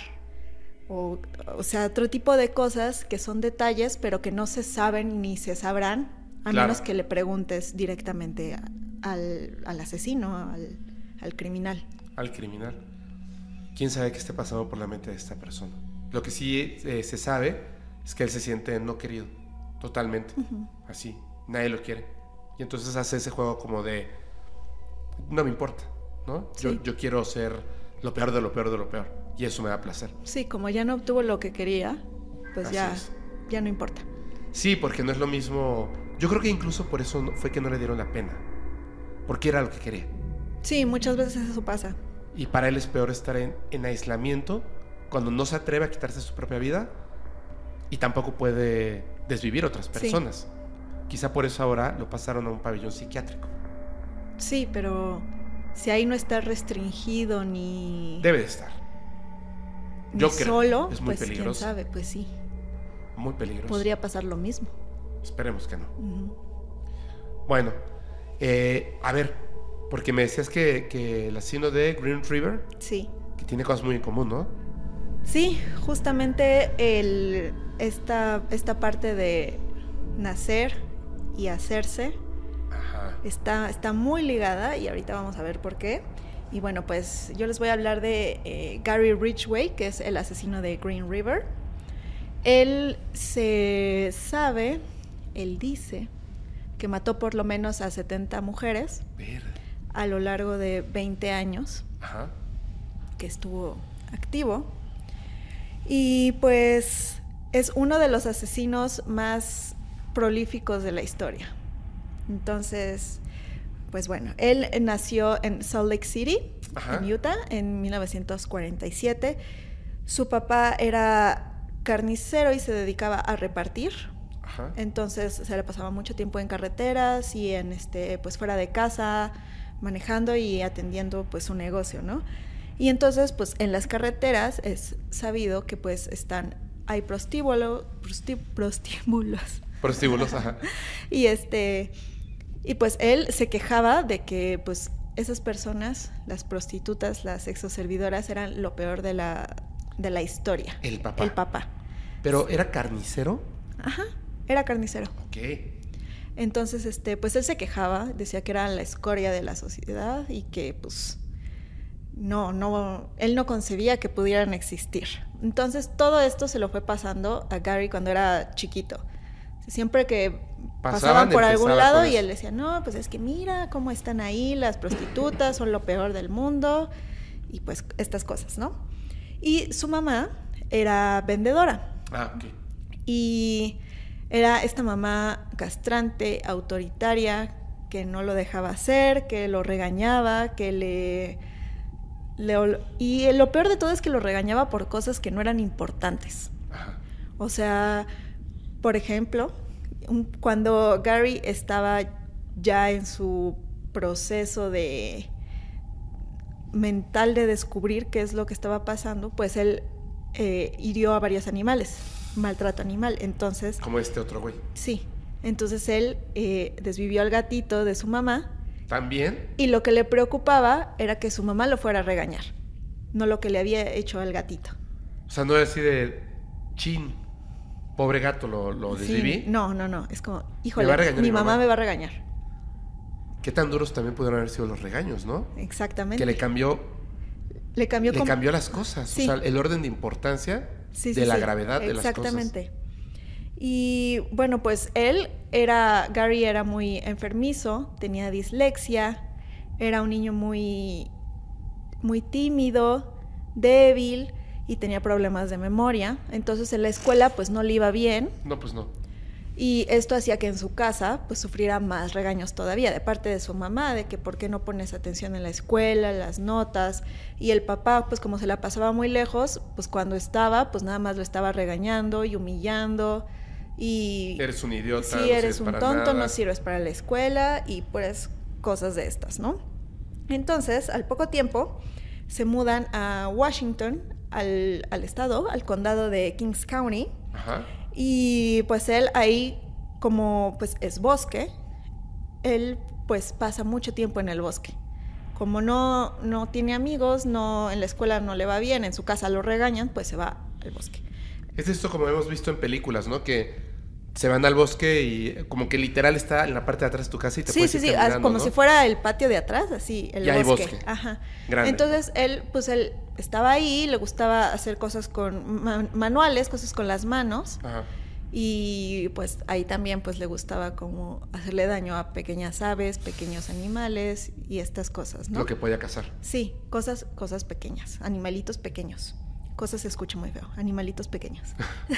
O, o sea, otro tipo de cosas que son detalles, pero que no se saben ni se sabrán, a Claro. menos que le preguntes directamente a, al, al asesino, al, al criminal. Al criminal. ¿Quién sabe qué esté pasando por la mente de esta persona? Lo que sí eh, se sabe es que él se siente no querido, totalmente. Uh-huh. Así, nadie lo quiere. Y entonces hace ese juego como de, no me importa, ¿no? Sí. Yo, yo quiero ser lo peor de lo peor de lo peor. Y eso me da placer. Sí, como ya no obtuvo lo que quería, pues Así ya, es. ya no importa. Sí, porque no es lo mismo. Yo creo que incluso por eso fue que no le dieron la pena. Porque era lo que quería. Sí, muchas veces eso pasa. Y para él es peor estar en, en aislamiento cuando no se atreve a quitarse su propia vida y tampoco puede desvivir otras personas. Sí. Quizá por eso ahora lo pasaron a un pabellón psiquiátrico. Sí, pero si ahí no está restringido ni... Debe de estar. Yo Ni creo. Solo, es muy pues peligroso. quién sabe, pues sí. Muy peligroso. Podría pasar lo mismo. Esperemos que no. Uh-huh. Bueno, eh, a ver, porque me decías que, que el asesino de Green River, sí, que tiene cosas muy en común, ¿no? Sí, justamente el, esta, esta parte de nacer y hacerse Ajá. Está, está muy ligada y ahorita vamos a ver por qué. Y bueno, pues yo les voy a hablar de eh, Gary Ridgway, que es el asesino de Green River. Él se sabe, él dice, que mató por lo menos a setenta mujeres Verde. a lo largo de veinte años. Ajá. Que estuvo activo. Y pues es uno de los asesinos más prolíficos de la historia. Entonces... Pues bueno, él nació en Salt Lake City, Ajá. en Utah, en mil novecientos cuarenta y siete. Su papá era carnicero y se dedicaba a repartir. Ajá. Entonces se le pasaba mucho tiempo en carreteras y en este, pues fuera de casa, manejando y atendiendo pues su negocio, ¿no? Y entonces, pues en las carreteras es sabido que pues están, hay prostíbulo, prostí, prostíbulos. Prostíbulos, ajá. Y este... Y pues él se quejaba de que pues esas personas, las prostitutas, las exoservidoras, eran lo peor de la, de la historia. El papá. El papá. ¿Pero era carnicero? Ajá, era carnicero. Ok. Entonces, este, pues él se quejaba, decía que era la escoria de la sociedad y que, pues, no, no, él no concebía que pudieran existir. Entonces, todo esto se lo fue pasando a Gary cuando era chiquito. Siempre que pasaban, pasaban por algún lado y él decía, no, pues es que mira cómo están ahí, las prostitutas son lo peor del mundo y pues estas cosas, ¿no? Y su mamá era vendedora. Ah, ok. Y era esta mamá castrante, autoritaria, que no lo dejaba hacer, que lo regañaba, que le... le y lo peor de todo es que lo regañaba por cosas que no eran importantes. Ajá. O sea, por ejemplo, un, cuando Gary estaba ya en su proceso de mental de descubrir qué es lo que estaba pasando, pues él eh, hirió a varios animales, maltrato animal. Entonces, como este otro güey. Sí. Entonces él eh, desvivió al gatito de su mamá. ¿También? Y lo que le preocupaba era que su mamá lo fuera a regañar, no lo que le había hecho al gatito. O sea, no era así de chin, pobre gato, lo, lo desviví. Sí, no, no, no. Es como, híjole, mi, mi mamá, mamá me va a regañar. Qué tan duros también pudieron haber sido los regaños, ¿no? Exactamente. Que le cambió... Le cambió, le como... cambió las cosas. Sí. O sea, el orden de importancia sí, de sí, la sí. gravedad de las cosas. Exactamente. Y bueno, pues él era... Gary era muy enfermizo, tenía dislexia, era un niño muy, muy tímido, débil y tenía problemas de memoria. Entonces en la escuela pues no le iba bien. No, pues no. Y esto hacía que en su casa pues sufriera más regaños todavía de parte de su mamá, de que por qué no pones atención en la escuela, las notas. Y el papá, pues como se la pasaba muy lejos, pues cuando estaba, pues nada más lo estaba regañando y humillando. Y eres un idiota. Sí, no eres un tonto, nada. No sirves para la escuela y pues cosas de estas, ¿no? Entonces, al poco tiempo, se mudan a Washington, al, al estado, al condado de Kings County. Ajá. Y pues él ahí, como pues es bosque, él pues pasa mucho tiempo en el bosque. Como no, no tiene amigos, no, en la escuela no le va bien, en su casa lo regañan, pues se va al bosque. Es esto como hemos visto en películas, ¿no? Que se van al bosque y como que literal está en la parte de atrás de tu casa y te sí, puedes sí, ir sí, caminando, como ¿no? si fuera el patio de atrás, así, el y hay bosque. bosque. Ajá. Grande. Entonces él, pues él estaba ahí, le gustaba hacer cosas con man- manuales, cosas con las manos. Ajá. Y pues ahí también pues le gustaba como hacerle daño a pequeñas aves, pequeños animales y estas cosas, ¿no? Lo que podía cazar. Sí, cosas, cosas pequeñas, animalitos pequeños. Cosas se escucha muy feo, animalitos pequeños.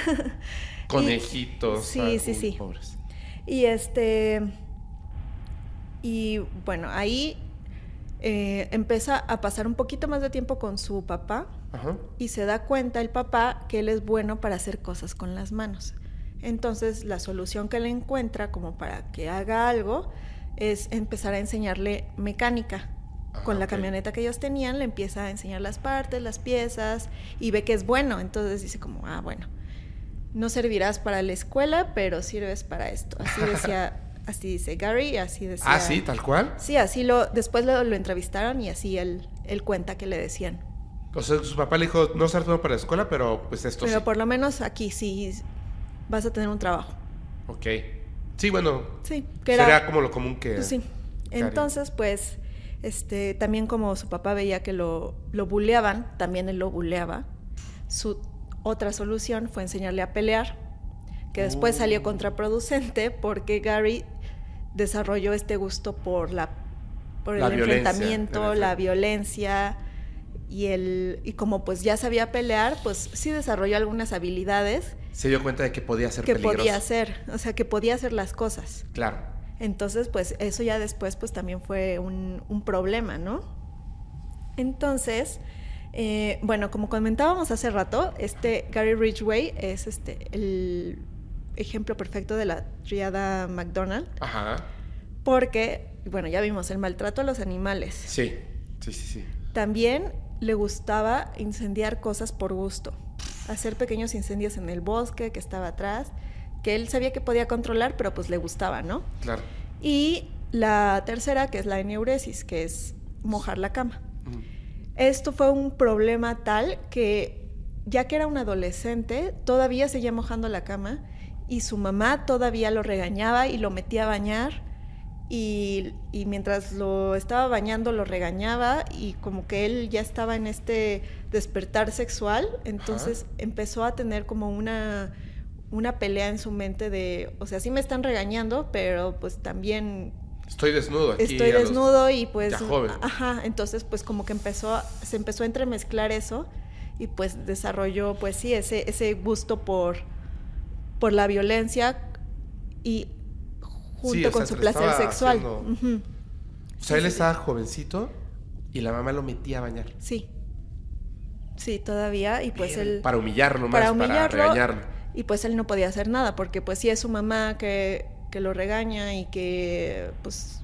Conejitos. Y, sí, ay, sí, uy, sí. Pobres. Y este... Y bueno, ahí eh, empieza a pasar un poquito más de tiempo con su papá. Ajá. Y se da cuenta el papá que él es bueno para hacer cosas con las manos. Entonces la solución que le encuentra como para que haga algo es empezar a enseñarle mecánica. Ah, con la okay. camioneta que ellos tenían le empieza a enseñar las partes, las piezas y ve que es bueno. Entonces dice como, ah, bueno, no servirás para la escuela, pero sirves para esto. Así decía, así dice Gary, así decía. Ah, sí, tal cual. Sí, así lo, después lo, lo entrevistaron y así él, él cuenta que le decían. O sea, su papá le dijo, no serás bueno para la escuela, pero pues esto Pero sí. por lo menos aquí sí vas a tener un trabajo. Ok. Sí, bueno. Sí, que era, sería como lo común que... Pues sí. Entonces, pues, este, también como su papá veía que lo, lo buleaban, también él lo buleaba. Su otra solución fue enseñarle a pelear, que después uh. salió contraproducente porque Gary desarrolló este gusto por la por la el enfrentamiento, la violencia y el y como pues ya sabía pelear, pues sí desarrolló algunas habilidades. Se dio cuenta de que podía ser que peligroso. podía hacer, o sea, que podía hacer las cosas. Claro. Entonces, pues eso ya después pues también fue un, un problema, ¿no? Entonces, eh, bueno, como comentábamos hace rato, este Gary Ridgway es este el ejemplo perfecto de la tríada McDonald. Ajá. Porque, bueno, ya vimos el maltrato a los animales. Sí, sí, sí, sí. También le gustaba incendiar cosas por gusto, hacer pequeños incendios en el bosque que estaba atrás, que él sabía que podía controlar, pero pues le gustaba, ¿no? Claro. Y la tercera, que es la eneuresis, que es mojar la cama. Mm. Esto fue un problema tal que, ya que era un adolescente, todavía seguía mojando la cama y su mamá todavía lo regañaba y lo metía a bañar y, y mientras lo estaba bañando lo regañaba y como que él ya estaba en este despertar sexual, entonces Ajá. empezó a tener como una, una pelea en su mente de, o sea, sí me están regañando, pero pues también... Estoy desnudo aquí. Estoy desnudo los... y pues... Ya joven. Ajá, entonces pues como que empezó, a, se empezó a entremezclar eso y pues desarrolló pues sí, ese, ese gusto por, por la violencia y junto sí, o con sea, su placer sexual. Haciendo... Uh-huh. O sea, sí, él sí, estaba sí. jovencito y la mamá lo metía a bañar. Sí. Sí, todavía, y pues Bien, él... Para humillarlo más, para, humillarlo, para regañarlo. Y pues él no podía hacer nada, porque pues sí es su mamá que, que lo regaña y que pues...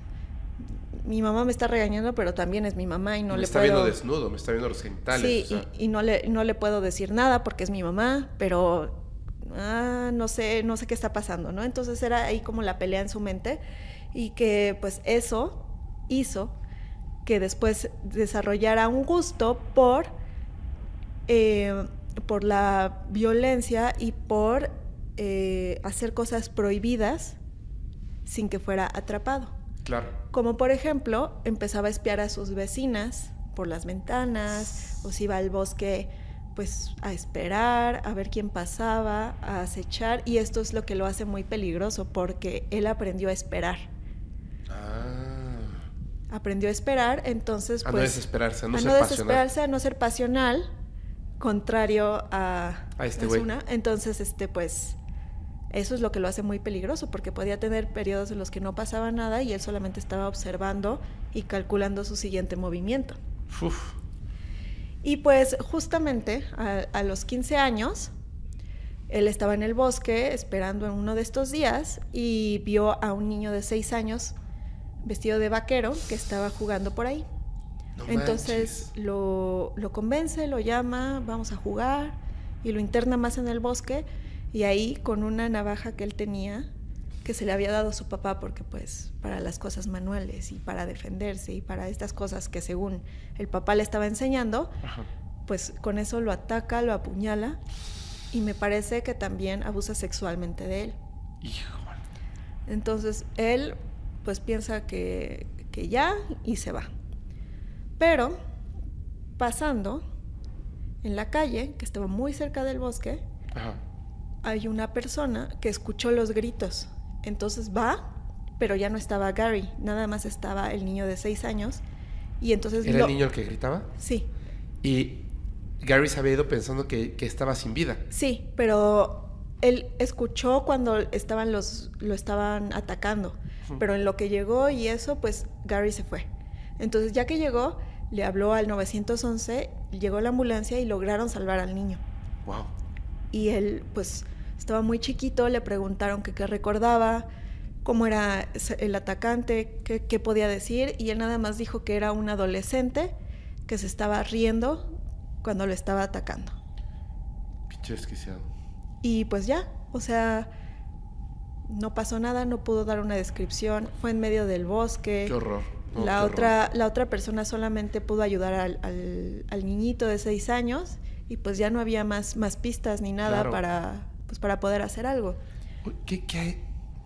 Mi mamá me está regañando, pero también es mi mamá y no me le está puedo... viendo desnudo, me está viendo los genitales. Sí, o sea... y, y no, le, no le puedo decir nada porque es mi mamá, pero... Ah, no sé, no sé qué está pasando, ¿no? Entonces era ahí como la pelea en su mente y que pues eso hizo que después desarrollara un gusto por... Eh, por la violencia y por eh, hacer cosas prohibidas sin que fuera atrapado. Claro. Como por ejemplo, empezaba a espiar a sus vecinas por las ventanas, o se iba al bosque pues a esperar, a ver quién pasaba, a acechar, y esto es lo que lo hace muy peligroso porque él aprendió a esperar. Ah. Aprendió a esperar, entonces pues... A no desesperarse, a no a ser no pasional. desesperarse, a no ser pasional, contrario a, a este güey. Entonces, este, pues, eso es lo que lo hace muy peligroso, porque podía tener periodos en los que no pasaba nada y él solamente estaba observando y calculando su siguiente movimiento. Uf. Y pues, justamente, a, a los quince años, él estaba en el bosque esperando en uno de estos días y vio a un niño de seis años vestido de vaquero que estaba jugando por ahí. No Entonces lo, lo convence, lo llama, vamos a jugar, y lo interna más en el bosque, y ahí con una navaja que él tenía, que se le había dado a su papá, porque pues para las cosas manuales y para defenderse y para estas cosas que según el papá le estaba enseñando, Ajá. pues con eso lo ataca, lo apuñala, y me parece que también abusa sexualmente de él. Hijo. Entonces él pues piensa que, que ya, y se va. Pero, pasando en la calle, que estaba muy cerca del bosque, Ajá. hay una persona que escuchó los gritos. Entonces va, pero ya no estaba Gary, nada más estaba el niño de seis años. Y entonces ¿Era lo... el niño el que gritaba? Sí. Y Gary se había ido pensando que, que estaba sin vida. Sí, pero él escuchó cuando estaban los, lo estaban atacando. Uh-huh. Pero en lo que llegó y eso, pues Gary se fue. Entonces, ya que llegó, le habló al nueve once, llegó la ambulancia y lograron salvar al niño. Wow. Y él, pues, estaba muy chiquito, le preguntaron que qué recordaba, cómo era el atacante, qué, qué podía decir, y él nada más dijo que era un adolescente que se estaba riendo cuando lo estaba atacando. Pinche desquiciado. Y pues ya, o sea, no pasó nada, no pudo dar una descripción, fue en medio del bosque. Qué horror. No, la, otra, la otra persona solamente pudo ayudar al, al, al niñito de seis años y pues ya no había más, más pistas ni nada claro. para, pues para poder hacer algo. ¿Qué, qué?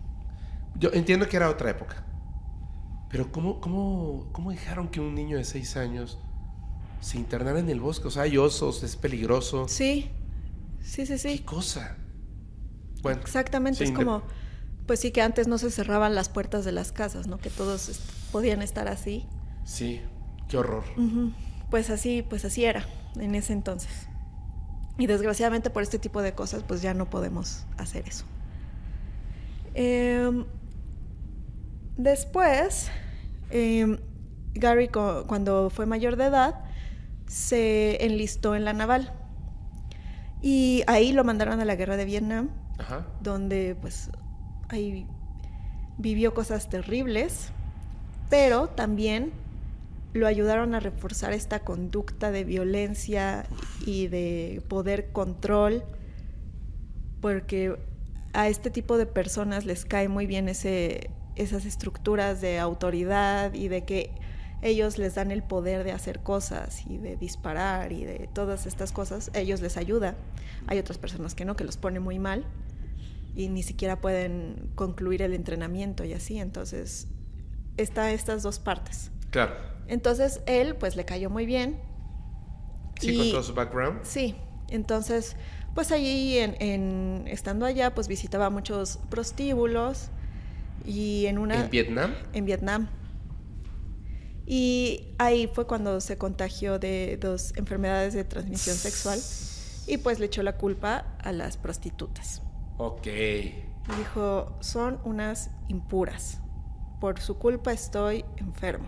Yo entiendo que era otra época, pero ¿cómo, cómo, cómo dejaron que un niño de seis años se internara en el bosque? O sea, hay osos, es peligroso. Sí, sí, sí, sí. ¿Qué cosa? Bueno, exactamente, sí, es como... Pues sí, que antes no se cerraban las puertas de las casas, ¿no? Que todos est- podían estar así. Sí, qué horror. Uh-huh. Pues así, pues así era en ese entonces. Y desgraciadamente por este tipo de cosas, pues ya no podemos hacer eso. Eh, después, eh, Gary, co- cuando fue mayor de edad, se enlistó en la naval. Y ahí lo mandaron a la guerra de Vietnam, Ajá. donde pues... ahí vivió cosas terribles, pero también lo ayudaron a reforzar esta conducta de violencia y de poder control, porque a este tipo de personas les cae muy bien ese, esas estructuras de autoridad y de que ellos les dan el poder de hacer cosas y de disparar y de todas estas cosas, ellos les ayuda. Hay otras personas que no, que los pone muy mal y ni siquiera pueden concluir el entrenamiento y así. Entonces, está estas dos partes. Claro. Entonces, él, pues, le cayó muy bien. Sí, y, con todo su background. Sí, entonces, pues, allí, en, en, estando allá, pues, visitaba muchos prostíbulos y en una... ¿En Vietnam? En Vietnam. Y ahí fue cuando se contagió de dos enfermedades de transmisión sexual y, pues, le echó la culpa a las prostitutas. Ok. Dijo, son unas impuras. Por su culpa estoy enfermo.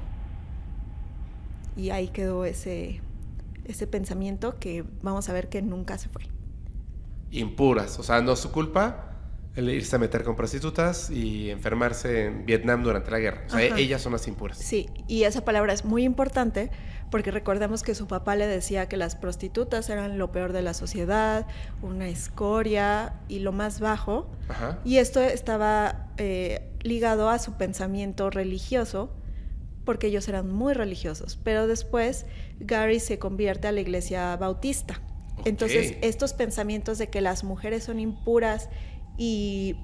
Y ahí quedó ese, ese pensamiento que vamos a ver que nunca se fue. Impuras, o sea, no es su culpa el irse a meter con prostitutas y enfermarse en Vietnam durante la guerra. O sea, Ajá. ellas son las impuras. Sí, y esa palabra es muy importante porque recordemos que su papá le decía que las prostitutas eran lo peor de la sociedad, una escoria y lo más bajo. Ajá. Y esto estaba eh, ligado a su pensamiento religioso, porque ellos eran muy religiosos. Pero después Gary se convierte a la iglesia bautista. Okay. Entonces, estos pensamientos de que las mujeres son impuras y...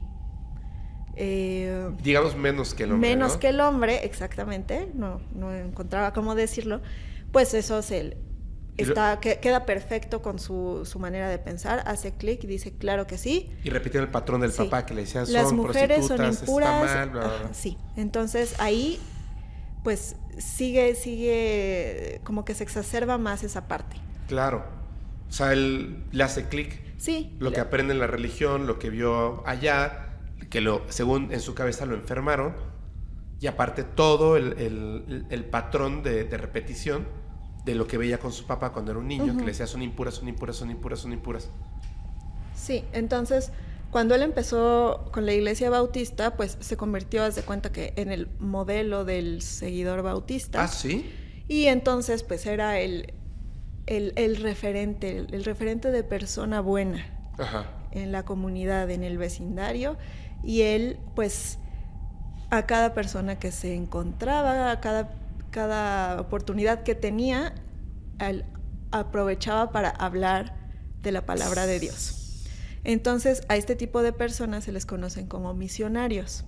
Eh, digamos menos que el hombre, menos ¿no? que el hombre, exactamente, no, no encontraba cómo decirlo, pues eso se, está, que, queda perfecto con su, su manera de pensar, hace clic y dice, claro que sí. Y repite el patrón del sí. papá que le decía, son las mujeres son impuras, está mal, bla, bla, bla. Sí, entonces ahí pues sigue, sigue, como que se exacerba más esa parte. Claro, o sea, él le hace clic. Sí. Lo que aprende en la religión, lo que vio allá, que lo, según en su cabeza lo enfermaron, y aparte todo el, el, el patrón de, de repetición de lo que veía con su papá cuando era un niño, uh-huh. que le decía son impuras, son impuras, son impuras, son impuras. Sí, entonces cuando él empezó con la iglesia bautista, pues se convirtió, haz de cuenta que en el modelo del seguidor bautista. Ah, ¿sí? Y entonces pues era el, el, el referente, el, el referente de persona buena. Ajá. En la comunidad, en el vecindario, y él pues a cada persona que se encontraba, a cada, cada oportunidad que tenía, él aprovechaba para hablar de la palabra de Dios. Entonces a este tipo de personas se les conocen como misionarios,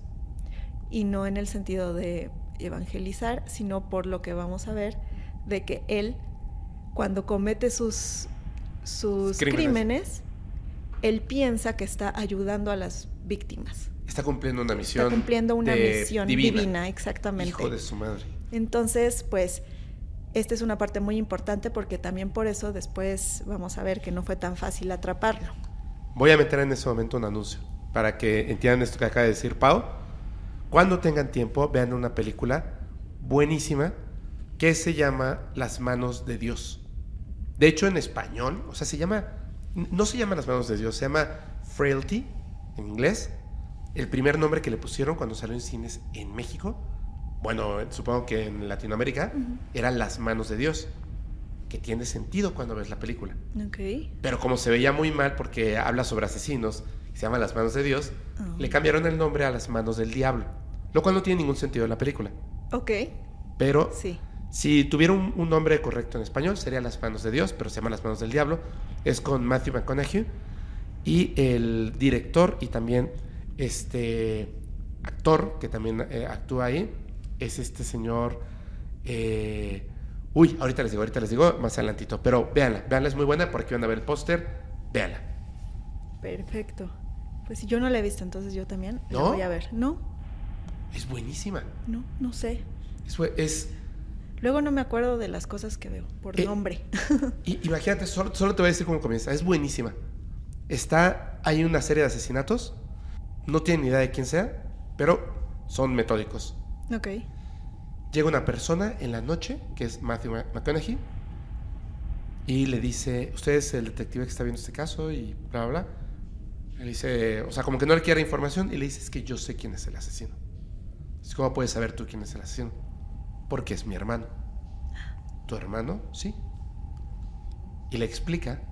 y no en el sentido de evangelizar, sino por lo que vamos a ver, de que él cuando comete sus, sus crímenes, crímenes él piensa que está ayudando a las víctimas. Está cumpliendo una misión. Está cumpliendo una de misión divina. divina, exactamente. Hijo de su madre. Entonces, pues, esta es una parte muy importante porque también por eso después vamos a ver que no fue tan fácil atraparlo. Voy a meter en ese momento un anuncio para que entiendan esto que acaba de decir Pau. Cuando tengan tiempo, vean una película buenísima que se llama Las manos de Dios. De hecho, en español, o sea, se llama... No se llama Las manos de Dios, se llama Frailty, en inglés. El primer nombre que le pusieron cuando salió en cines en México, bueno, supongo que en Latinoamérica, uh-huh. era Las manos de Dios, que tiene sentido cuando ves la película. Okay. Pero como se veía muy mal porque habla sobre asesinos, y se llama Las manos de Dios, uh-huh. le cambiaron el nombre a Las manos del diablo, lo cual no tiene ningún sentido en la película. Ok. Pero... sí. Si tuviera un, un nombre correcto en español, sería Las manos de Dios, pero se llama Las manos del diablo. Es con Matthew McConaughey. Y el director y también este actor que también eh, actúa ahí es este señor... Eh, uy, ahorita les digo, ahorita les digo más adelantito. Pero véanla, véanla, es muy buena porque van a ver el póster. Véanla. Perfecto. Pues si yo no la he visto, entonces yo también ¿No? la voy a ver. ¿No? Es buenísima. No, no sé. Es... es Luego no me acuerdo de las cosas que veo, por eh, nombre. y, imagínate, solo, solo te voy a decir cómo comienza. Es buenísima. Está, hay una serie de asesinatos. No tienen ni idea de quién sea, pero son metódicos. Ok. Llega una persona en la noche, que es Matthew McConaughey, y le dice, usted es el detective que está viendo este caso, y bla, bla, bla. Le dice, o sea, como que no le quiere información, y le dice, es que yo sé quién es el asesino. ¿Cómo puedes saber tú quién es el asesino? Porque es mi hermano. ¿Tu hermano? Sí. Y le explica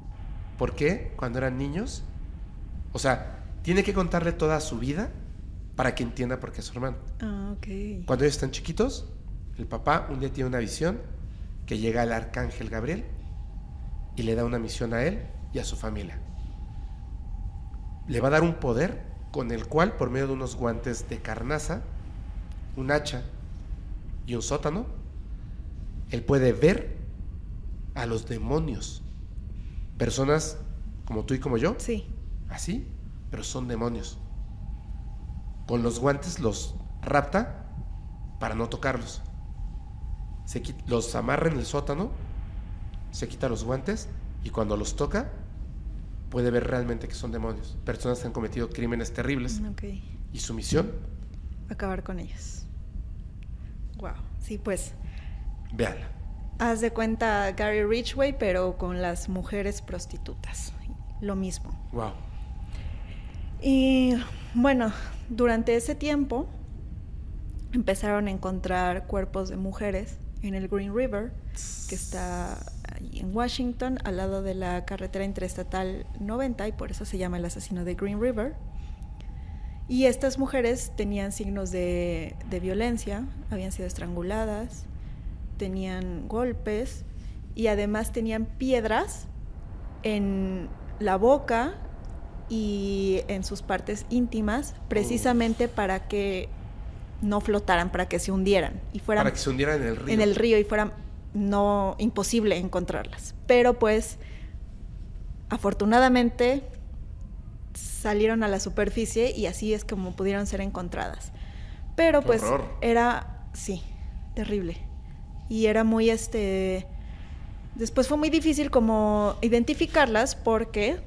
por qué cuando eran niños, o sea, tiene que contarle toda su vida para que entienda por qué es su hermano. Ah, ok. Cuando ellos están chiquitos, el papá un día tiene una visión que llega el arcángel Gabriel y le da una misión a él y a su familia. Le va a dar un poder con el cual, por medio de unos guantes de carnaza, un hacha y un sótano, él puede ver a los demonios. Personas como tú y como yo. Sí. Así, pero son demonios. Con los guantes los rapta para no tocarlos. Se quita, los amarra en el sótano, se quita los guantes y cuando los toca puede ver realmente que son demonios. Personas que han cometido crímenes terribles. Okay. Y su misión, acabar con ellos. Wow. Sí, pues. Véanla. Haz de cuenta Gary Ridgway, pero con las mujeres prostitutas. Lo mismo. Wow. Y bueno, durante ese tiempo empezaron a encontrar cuerpos de mujeres en el Green River, que está ahí en Washington, al lado de la carretera interestatal noventa, y por eso se llama el asesino de Green River. Y estas mujeres tenían signos de, de violencia, habían sido estranguladas, tenían golpes y además tenían piedras en la boca y en sus partes íntimas, precisamente uh. para que no flotaran, para que se hundieran y fueran para que se hundieran en el río. En el río y fuera no imposible encontrarlas. Pero pues afortunadamente salieron a la superficie y así es como pudieron ser encontradas. Pero ¡Qué pues horror! Era sí, terrible. Y era muy este después fue muy difícil como identificarlas porque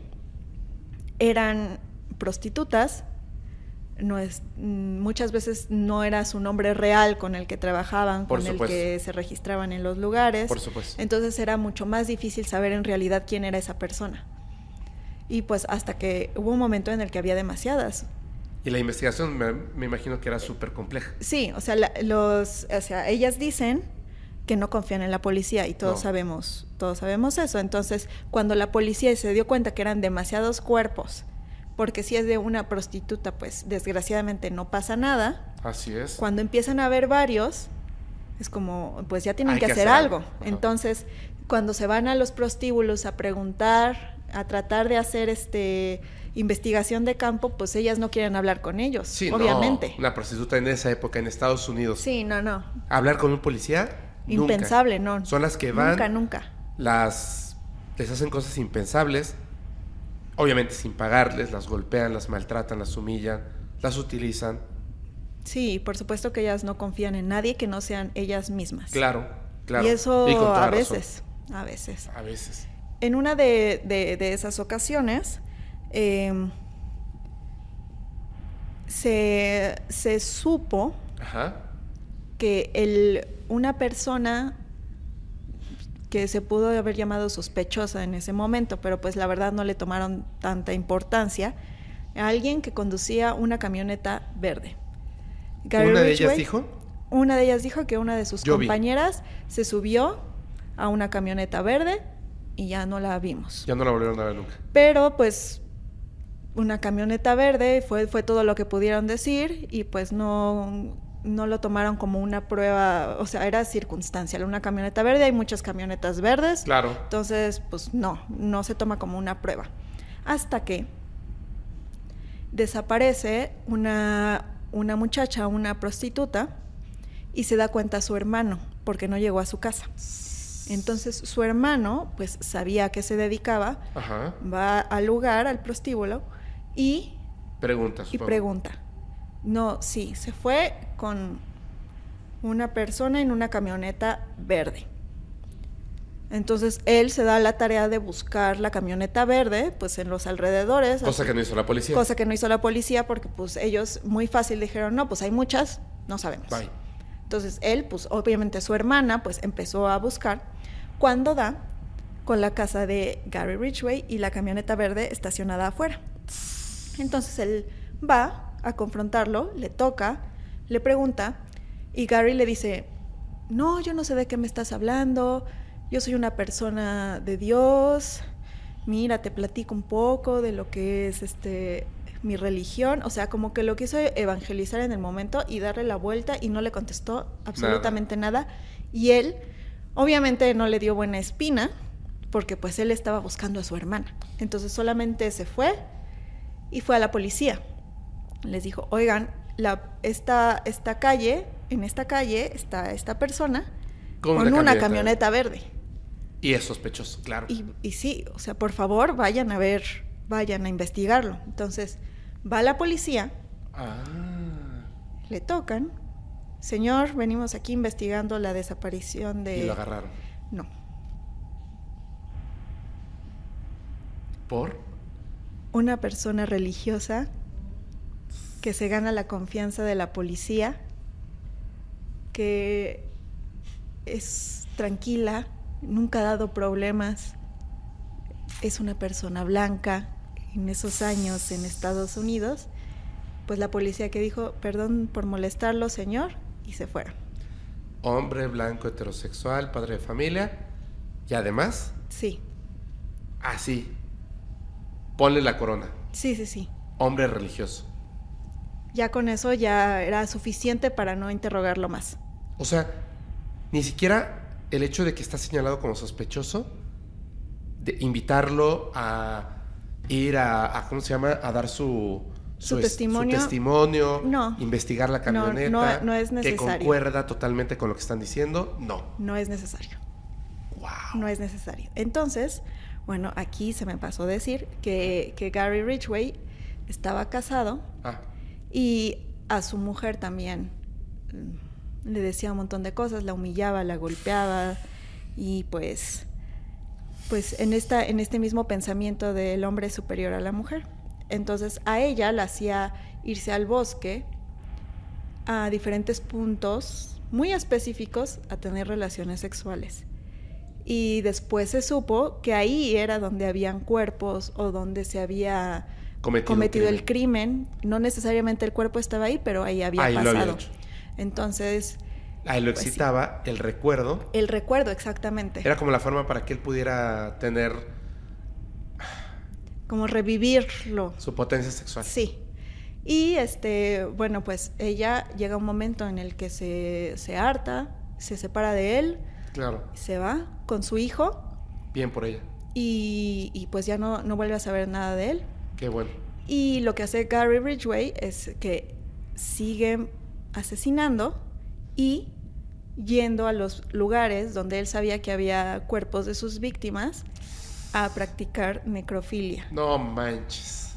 eran prostitutas, no es, muchas veces no era su nombre real con el que trabajaban, Por con supuesto. el que se registraban en los lugares. Por supuesto. Entonces era mucho más difícil saber en realidad quién era esa persona. Y pues hasta que hubo un momento en el que había demasiadas. Y la investigación me, me imagino que era súper compleja. Sí, o sea, la, los, o sea, ellas dicen que no confían en la policía y todos no. sabemos, todos sabemos eso. Entonces, cuando la policía se dio cuenta que eran demasiados cuerpos, porque si es de una prostituta, pues desgraciadamente no pasa nada. Así es. Cuando empiezan a ver varios, es como, pues ya tienen Hay que, que hacer, hacer algo. algo. Entonces, cuando se van a los prostíbulos a preguntar, a tratar de hacer este investigación de campo, pues ellas no quieren hablar con ellos, sí, obviamente. No, una prostituta en esa época en Estados Unidos. Sí, no, no. Hablar con un policía, impensable, nunca. no. Son las que van. Nunca, nunca. Las les hacen cosas impensables, obviamente sin pagarles, las golpean, las maltratan, las humillan, las utilizan. Sí, por supuesto que ellas no confían en nadie que no sean ellas mismas. Claro, claro. Y eso y con toda a veces, razón. a veces. A veces. En una de, de, de esas ocasiones, eh, se, se supo Ajá. que el, una persona que se pudo haber llamado sospechosa en ese momento, pero pues la verdad no le tomaron tanta importancia, a alguien que conducía una camioneta verde. Gary ¿Una de Ridgway, ellas dijo? Una de ellas dijo que una de sus Yo compañeras vi. se subió a una camioneta verde y ya no la vimos. Ya no la volvieron a ver nunca. Pero pues una camioneta verde fue, fue todo lo que pudieron decir y pues no, no lo tomaron como una prueba, o sea, era circunstancial. Una camioneta verde, hay muchas camionetas verdes. Claro. Entonces, pues no, no se toma como una prueba. Hasta que desaparece una, una muchacha, una prostituta, y se da cuenta su hermano, porque no llegó a su casa. Entonces su hermano, pues sabía a qué se dedicaba, Ajá. va al lugar, al prostíbulo, y pregunta. y pregunta. No, sí, se fue con una persona en una camioneta verde. Entonces él se da la tarea de buscar la camioneta verde, pues en los alrededores. Cosa así, que no hizo la policía. Cosa que no hizo la policía, porque pues ellos muy fácil dijeron, no, pues hay muchas, no sabemos. Bye. Entonces él, pues obviamente su hermana, pues empezó a buscar, cuando da con la casa de Gary Ridgway y la camioneta verde estacionada afuera. Entonces él va a confrontarlo, le toca, le pregunta, y Gary le dice, no, yo no sé de qué me estás hablando, yo soy una persona de Dios, mira, te platico un poco de lo que es este mi religión, o sea, como que lo quiso evangelizar en el momento y darle la vuelta y no le contestó absolutamente nada. nada. Y él, obviamente, no le dio buena espina porque pues él estaba buscando a su hermana. Entonces solamente se fue y fue a la policía. Les dijo, oigan, la, esta, esta calle, en esta calle está esta persona con, con una, camioneta, camioneta verde. Y es sospechoso, claro. Y, y sí, o sea, por favor, vayan a ver, vayan a investigarlo. Entonces, va la policía, ah. le tocan, señor, venimos aquí investigando la desaparición de... Y lo agarraron. No. ¿Por? Una persona religiosa que se gana la confianza de la policía, que es tranquila, nunca ha dado problemas, es una persona blanca en esos años en Estados Unidos, pues la policía que dijo, perdón por molestarlo, señor, y se fueron. Hombre blanco heterosexual, padre de familia, y además... Sí. Así. Ponle la corona. Sí, sí, sí. Hombre religioso. Ya con eso ya era suficiente para no interrogarlo más. O sea, ni siquiera el hecho de que está señalado como sospechoso, de invitarlo a ir a, a ¿cómo se llama? A dar su... Su, su testimonio. Su testimonio, no. Investigar la camioneta. No, no, no es necesario. Que concuerda totalmente con lo que están diciendo. No. No es necesario. Wow. No es necesario. Entonces, bueno, aquí se me pasó a decir que, que Gary Ridgway estaba casado ah. y a su mujer también le decía un montón de cosas, la humillaba, la golpeaba y pues, pues en, esta, en este mismo pensamiento del hombre superior a la mujer. Entonces a ella la hacía irse al bosque a diferentes puntos muy específicos a tener relaciones sexuales. Y después se supo que ahí era donde habían cuerpos o donde se había cometido, cometido el crimen. No necesariamente el cuerpo estaba ahí, pero ahí había ahí pasado. Lo había hecho. Entonces... Ahí lo excitaba, pues, sí. El recuerdo. El recuerdo, exactamente. Era como la forma para que él pudiera tener... Como revivirlo. Su potencia sexual. Sí. Y, este, bueno, pues ella llega un momento en el que se, se harta, se separa de él. Claro. Se va con su hijo. Bien por ella. Y, y pues ya no, no vuelve a saber nada de él. Qué bueno. Y lo que hace Gary Ridgway es que sigue asesinando y yendo a los lugares donde él sabía que había cuerpos de sus víctimas a practicar necrofilia. No manches.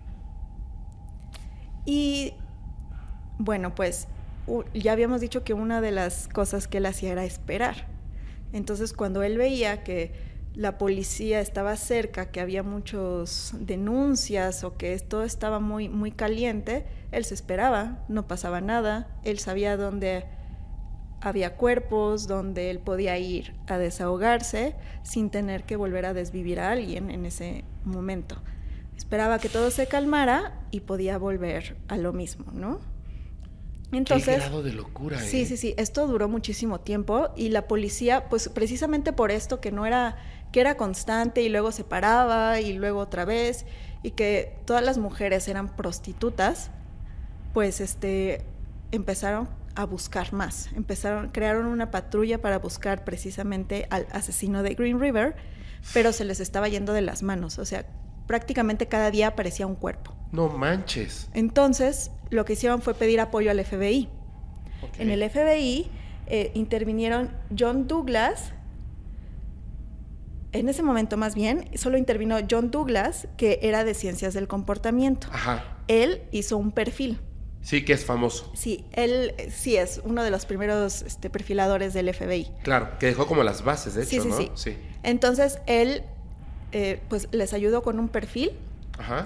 Y bueno, pues ya habíamos dicho que una de las cosas que él hacía era esperar. Entonces, cuando él veía que la policía estaba cerca, que había muchas denuncias o que todo estaba muy, muy caliente, él se esperaba, no pasaba nada, él sabía dónde había cuerpos, donde él podía ir a desahogarse sin tener que volver a desvivir a alguien en ese momento. Esperaba que todo se calmara y podía volver a lo mismo, ¿no? Entonces, qué grado de locura, ¿eh? Sí, sí, sí. Esto duró muchísimo tiempo y la policía, pues precisamente por esto que no era, que era constante y luego se paraba y luego otra vez y que todas las mujeres eran prostitutas, pues este, empezaron a buscar más. Empezaron, crearon una patrulla para buscar precisamente al asesino de Green River, pero se les estaba yendo de las manos. O sea, prácticamente cada día aparecía un cuerpo. No manches. Entonces, lo que hicieron fue pedir apoyo al F B I. Okay. En el F B I eh, intervinieron John Douglas. En ese momento, más bien, solo intervino John Douglas, que era de ciencias del comportamiento. Ajá. Él hizo un perfil. Sí, que es famoso. Sí, él sí es uno de los primeros este, perfiladores del F B I. Claro, que dejó como las bases, de hecho, sí, sí, ¿no? Sí, sí. Entonces, él eh, pues les ayudó con un perfil. Ajá.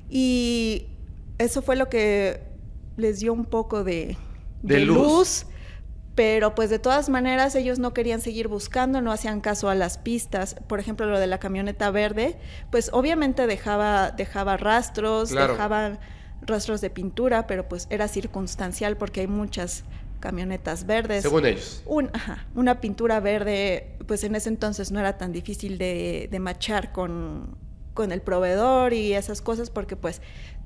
Y eso fue lo que les dio un poco de, de, de luz. luz, pero pues de todas maneras ellos no querían seguir buscando, no hacían caso a las pistas. Por ejemplo, lo de la camioneta verde, pues obviamente dejaba, dejaba rastros, claro. dejaba rastros de pintura, pero pues era circunstancial porque hay muchas camionetas verdes. Según ellos. Un, ajá, una pintura verde, pues en ese entonces no era tan difícil de, de machar con... con el proveedor y esas cosas porque pues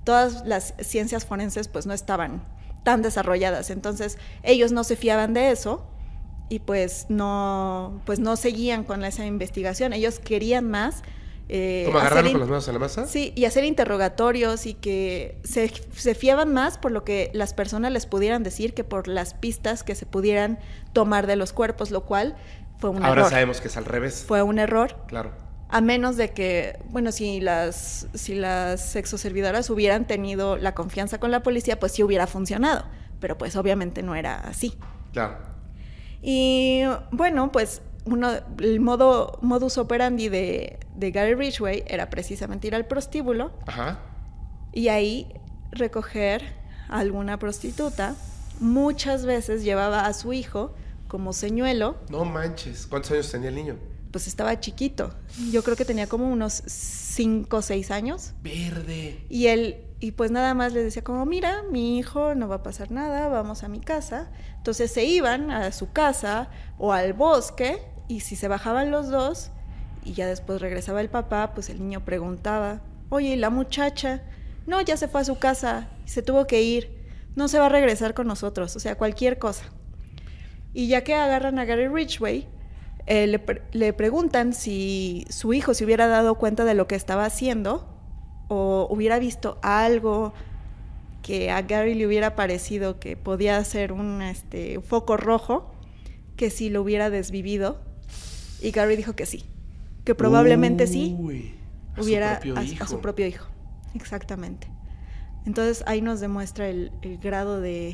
todas las ciencias forenses pues no estaban tan desarrolladas, entonces ellos no se fiaban de eso y pues no, pues no seguían con esa investigación, ellos querían más. Eh, ¿Cómo agarrarlo con las manos en la masa? Sí, y hacer interrogatorios y que se, se fiaban más por lo que las personas les pudieran decir que por las pistas que se pudieran tomar de los cuerpos, lo cual fue un Ahora error. Ahora sabemos que es al revés. Fue un error. Claro. A menos de que, bueno, si las, si las sexoservidoras hubieran tenido la confianza con la policía, pues sí hubiera funcionado. Pero pues obviamente no era así. Claro. Y bueno, pues uno, el modo, modus operandi de, de Gary Ridgway era precisamente ir al prostíbulo. Ajá. Y ahí recoger a alguna prostituta. Muchas veces llevaba a su hijo como señuelo. No manches, ¿cuántos años tenía el niño? Pues estaba chiquito. Yo creo que tenía como unos cinco o seis años. Verde. Y él, y pues nada más les decía como, mira, mi hijo, no va a pasar nada, vamos a mi casa. Entonces se iban a su casa o al bosque, y si se bajaban los dos, y ya después regresaba el papá, pues el niño preguntaba, oye, ¿y la muchacha? No, ya se fue a su casa, se tuvo que ir, no se va a regresar con nosotros, o sea, cualquier cosa. Y ya que agarran a Gary Ridgway, Eh, le, pre- le preguntan si su hijo se hubiera dado cuenta de lo que estaba haciendo o hubiera visto algo que a Gary le hubiera parecido que podía ser un este, foco rojo, que si lo hubiera desvivido. Y Gary dijo que sí, que probablemente Uy, sí a hubiera su propio a, hijo. a su propio hijo. Exactamente. Entonces ahí nos demuestra el, el grado de...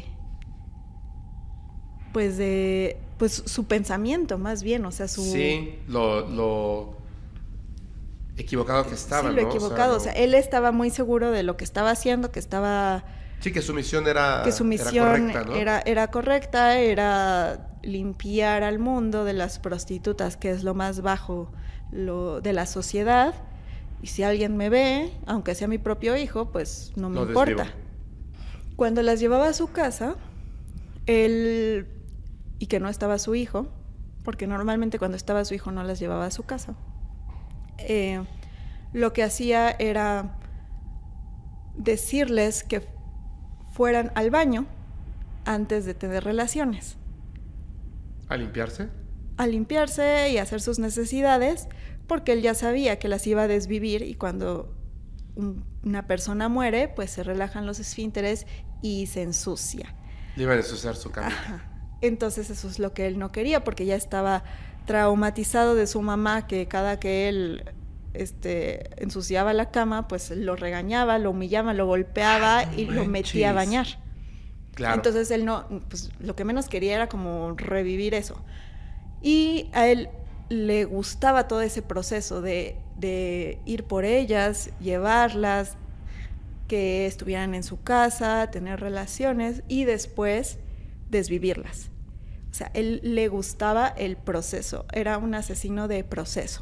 pues de pues su pensamiento más bien, o sea, su sí, lo, lo equivocado que estaba, sí, lo ¿no? equivocado, o sea, o sea, lo... o sea, él estaba muy seguro de lo que estaba haciendo, que estaba sí, que su misión era que su misión era correcta, ¿no? era, era correcta, era limpiar al mundo de las prostitutas, que es lo más bajo lo de la sociedad, y si alguien me ve, aunque sea mi propio hijo, pues no me lo importa. desvivo. Cuando las llevaba a su casa, él y que no estaba su hijo, porque normalmente cuando estaba su hijo no las llevaba a su casa, eh, lo que hacía era decirles que fueran al baño antes de tener relaciones. ¿A limpiarse? A limpiarse y hacer sus necesidades, porque él ya sabía que las iba a desvivir y cuando un, una persona muere, pues se relajan los esfínteres y se ensucia. Le iban a ensuciar su cama. Ajá. Entonces eso es lo que él no quería, porque ya estaba traumatizado de su mamá, que cada que él este, ensuciaba la cama, pues lo regañaba, lo humillaba, lo golpeaba Ay, y no lo metía a bañar. Claro. Entonces él no, pues lo que menos quería era como revivir eso. Y a él le gustaba todo ese proceso de, de ir por ellas, llevarlas, que estuvieran en su casa, tener relaciones y después desvivirlas. O sea, él le gustaba el proceso, era un asesino de proceso.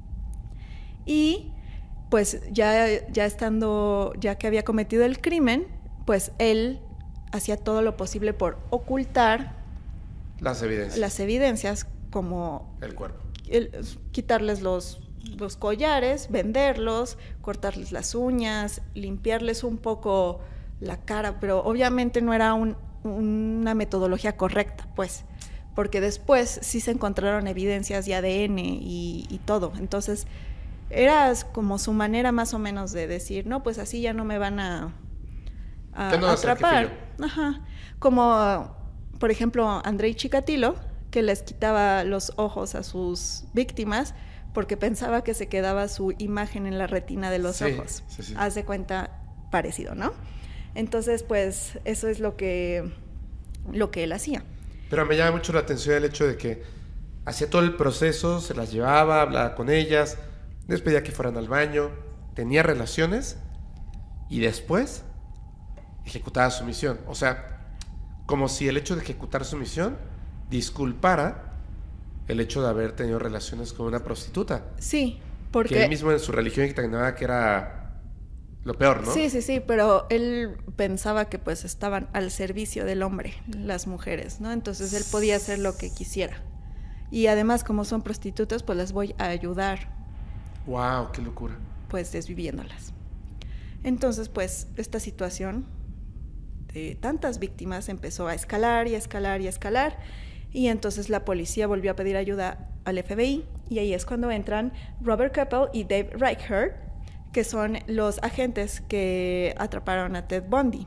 Y pues ya, ya estando, ya que había cometido el crimen, pues él hacía todo lo posible por ocultar las evidencias. Las evidencias, como el cuerpo. El, quitarles los, los collares, venderlos, cortarles las uñas, limpiarles un poco la cara, pero obviamente no era un una metodología correcta, pues, porque después sí se encontraron evidencias de A D N y, y todo, entonces era como su manera más o menos de decir, no, pues así ya no me van a, a no atrapar. Ajá. Como, por ejemplo, Andrei Chikatilo, que les quitaba los ojos a sus víctimas porque pensaba que se quedaba su imagen en la retina de los sí, ojos. Sí, sí. Haz de cuenta parecido, ¿no? Entonces, pues, eso es lo que, lo que él hacía. Pero me llama mucho la atención el hecho de que hacía todo el proceso, se las llevaba, hablaba con ellas, les pedía que fueran al baño, tenía relaciones y después ejecutaba su misión. O sea, como si el hecho de ejecutar su misión disculpara el hecho de haber tenido relaciones con una prostituta. Sí, porque... Que él mismo en su religión dictaminaba que era... lo peor, ¿no? Sí, sí, sí, pero él pensaba que pues estaban al servicio del hombre, las mujeres, ¿no? Entonces él podía hacer lo que quisiera. Y además, como son prostitutas, pues las voy a ayudar. ¡Wow! ¡Qué locura! Pues desviviéndolas. Entonces, pues, esta situación de tantas víctimas empezó a escalar y a escalar y a escalar, y entonces la policía volvió a pedir ayuda al F B I, y ahí es cuando entran Robert Keppel y Dave Reichert, que son los agentes que atraparon a Ted Bundy.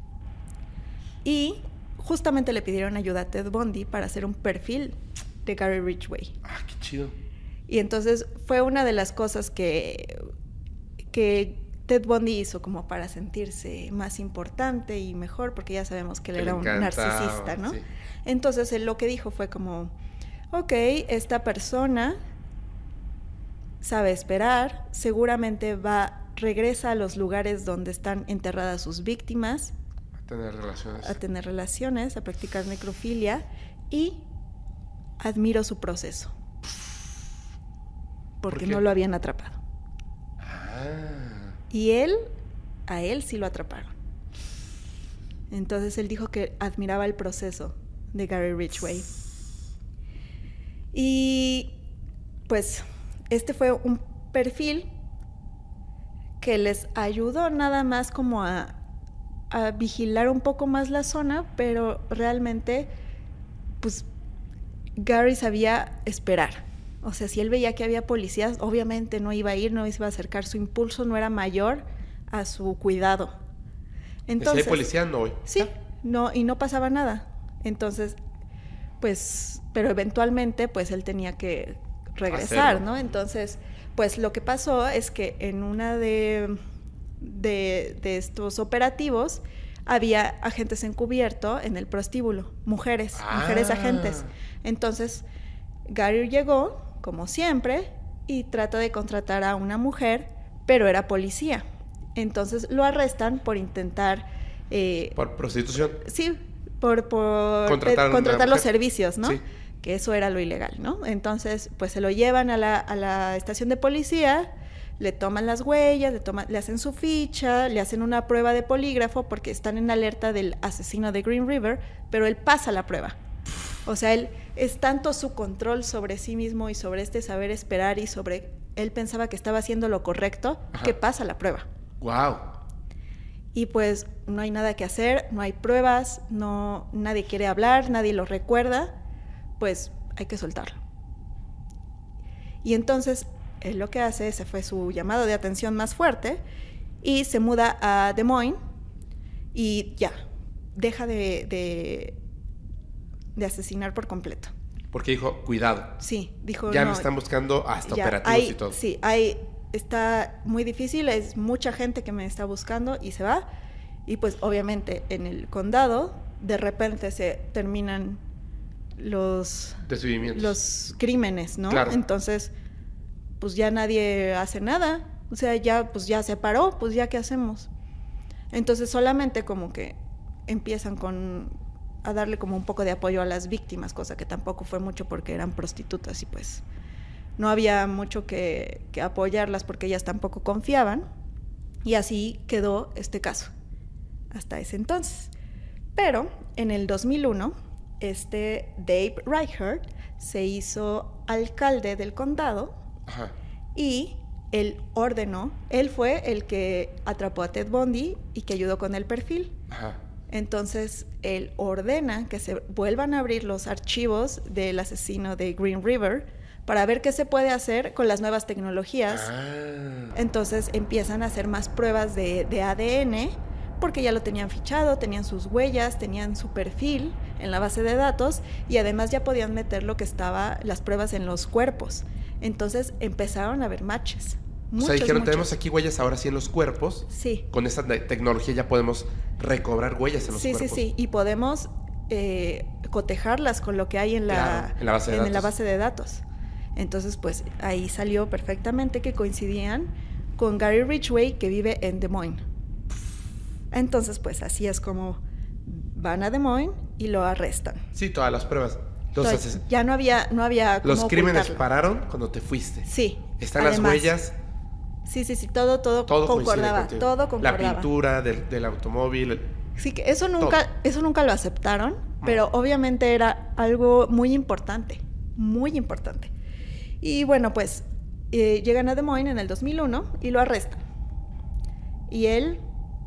Y justamente le pidieron ayuda a Ted Bundy para hacer un perfil de Gary Ridgway. Ah, qué chido. Y entonces fue una de las cosas que, que Ted Bundy hizo como para sentirse más importante y mejor, porque ya sabemos que él Que era le un encantaba, narcisista, ¿no? sí. Entonces él lo que dijo fue como, ok, esta persona sabe esperar, seguramente va, regresa a los lugares donde están enterradas sus víctimas, A tener relaciones. a tener relaciones, a practicar necrofilia, y admiro su proceso. Porque ¿Por qué? no lo habían atrapado. Ah. Y él, a él sí lo atraparon. Entonces él dijo que admiraba el proceso de Gary Ridgway. Y pues este fue un perfil que les ayudó nada más como a, a vigilar un poco más la zona, pero realmente pues Gary sabía esperar. O sea, si él veía que había policías, obviamente no iba a ir, no iba a acercar, su impulso no era mayor a su cuidado. Entonces, si hay policía, no voy. Sí, no, y no pasaba nada. Entonces, pues, pero eventualmente, pues él tenía que regresar, Hacerlo. ¿no? Entonces, pues lo que pasó es que en una de, de, de estos operativos había agentes encubierto en el prostíbulo, mujeres, Ah. mujeres agentes. Entonces, Gary llegó, como siempre, y trata de contratar a una mujer, pero era policía. Entonces lo arrestan por intentar... Eh, Por prostitución. sí, por, por Contratar eh, contratar una los mujer. servicios, ¿no? Sí. Que eso era lo ilegal, ¿no? Entonces, pues se lo llevan a la, a la estación de policía, le toman las huellas, le, toman, le hacen su ficha, le hacen una prueba de polígrafo porque están en alerta del asesino de Green River, pero él pasa la prueba. O sea, él es tanto su control sobre sí mismo y sobre este saber esperar y sobre él pensaba que estaba haciendo lo correcto, Ajá. que pasa la prueba. Wow. Y pues no hay nada que hacer, no hay pruebas, no, nadie quiere hablar, nadie lo recuerda, pues hay que soltarlo. Y entonces él lo que hace, ese fue su llamado de atención más fuerte, y se muda a Des Moines y ya, deja de, de, de asesinar por completo. Porque dijo, cuidado. Sí, dijo Ya no, me están buscando hasta ya, operativos hay, y todo. Sí, hay, está muy difícil, es mucha gente que me está buscando y se va. Y pues obviamente en el condado de repente se terminan los, Desvivimientos. los crímenes, ¿no? Claro. Entonces, pues ya nadie hace nada. O sea, ya, pues ya se paró, pues ya qué hacemos. Entonces solamente como que empiezan con a darle como un poco de apoyo a las víctimas, cosa que tampoco fue mucho porque eran prostitutas y pues no había mucho que, que apoyarlas porque ellas tampoco confiaban, y así quedó este caso hasta ese entonces. Pero en el dos mil uno, este Dave Reichert se hizo alcalde del condado. Ajá. Y él ordenó, él fue el que atrapó a Ted Bundy y que ayudó con el perfil. Ajá. Entonces, él ordena que se vuelvan a abrir los archivos del asesino de Green River para ver qué se puede hacer con las nuevas tecnologías. Ah. Entonces, empiezan a hacer más pruebas de, de A D N, porque ya lo tenían fichado, tenían sus huellas, tenían su perfil en la base de datos, y además ya podían meter lo que estaba, las pruebas en los cuerpos. Entonces, empezaron a haber matches. Muchos, O sea, dijeron, muchos. tenemos aquí huellas ahora sí en los cuerpos. Sí. Con esta te- tecnología ya podemos recobrar huellas en los Sí, cuerpos. sí, sí. Y podemos eh, cotejarlas con lo que hay en la, Claro, en la base de en datos. la base de datos. Entonces, pues ahí salió perfectamente que coincidían con Gary Ridgway, que vive en Des Moines. Entonces, pues así es como van a Des Moines y lo arrestan. Sí, todas las pruebas. Los, Entonces, ases- ya no había, no había cómo los crímenes ocultarlo. pararon cuando te fuiste. Sí. Están además. las huellas, Sí, sí, sí, todo, todo, todo coincide concordaba, contigo. todo concordaba. La pintura del, del automóvil. el- Sí, que eso nunca, eso nunca lo aceptaron, pero obviamente era algo muy importante, muy importante. Y bueno, pues eh, llegan a Des Moines en el dos mil uno y lo arrestan. Y él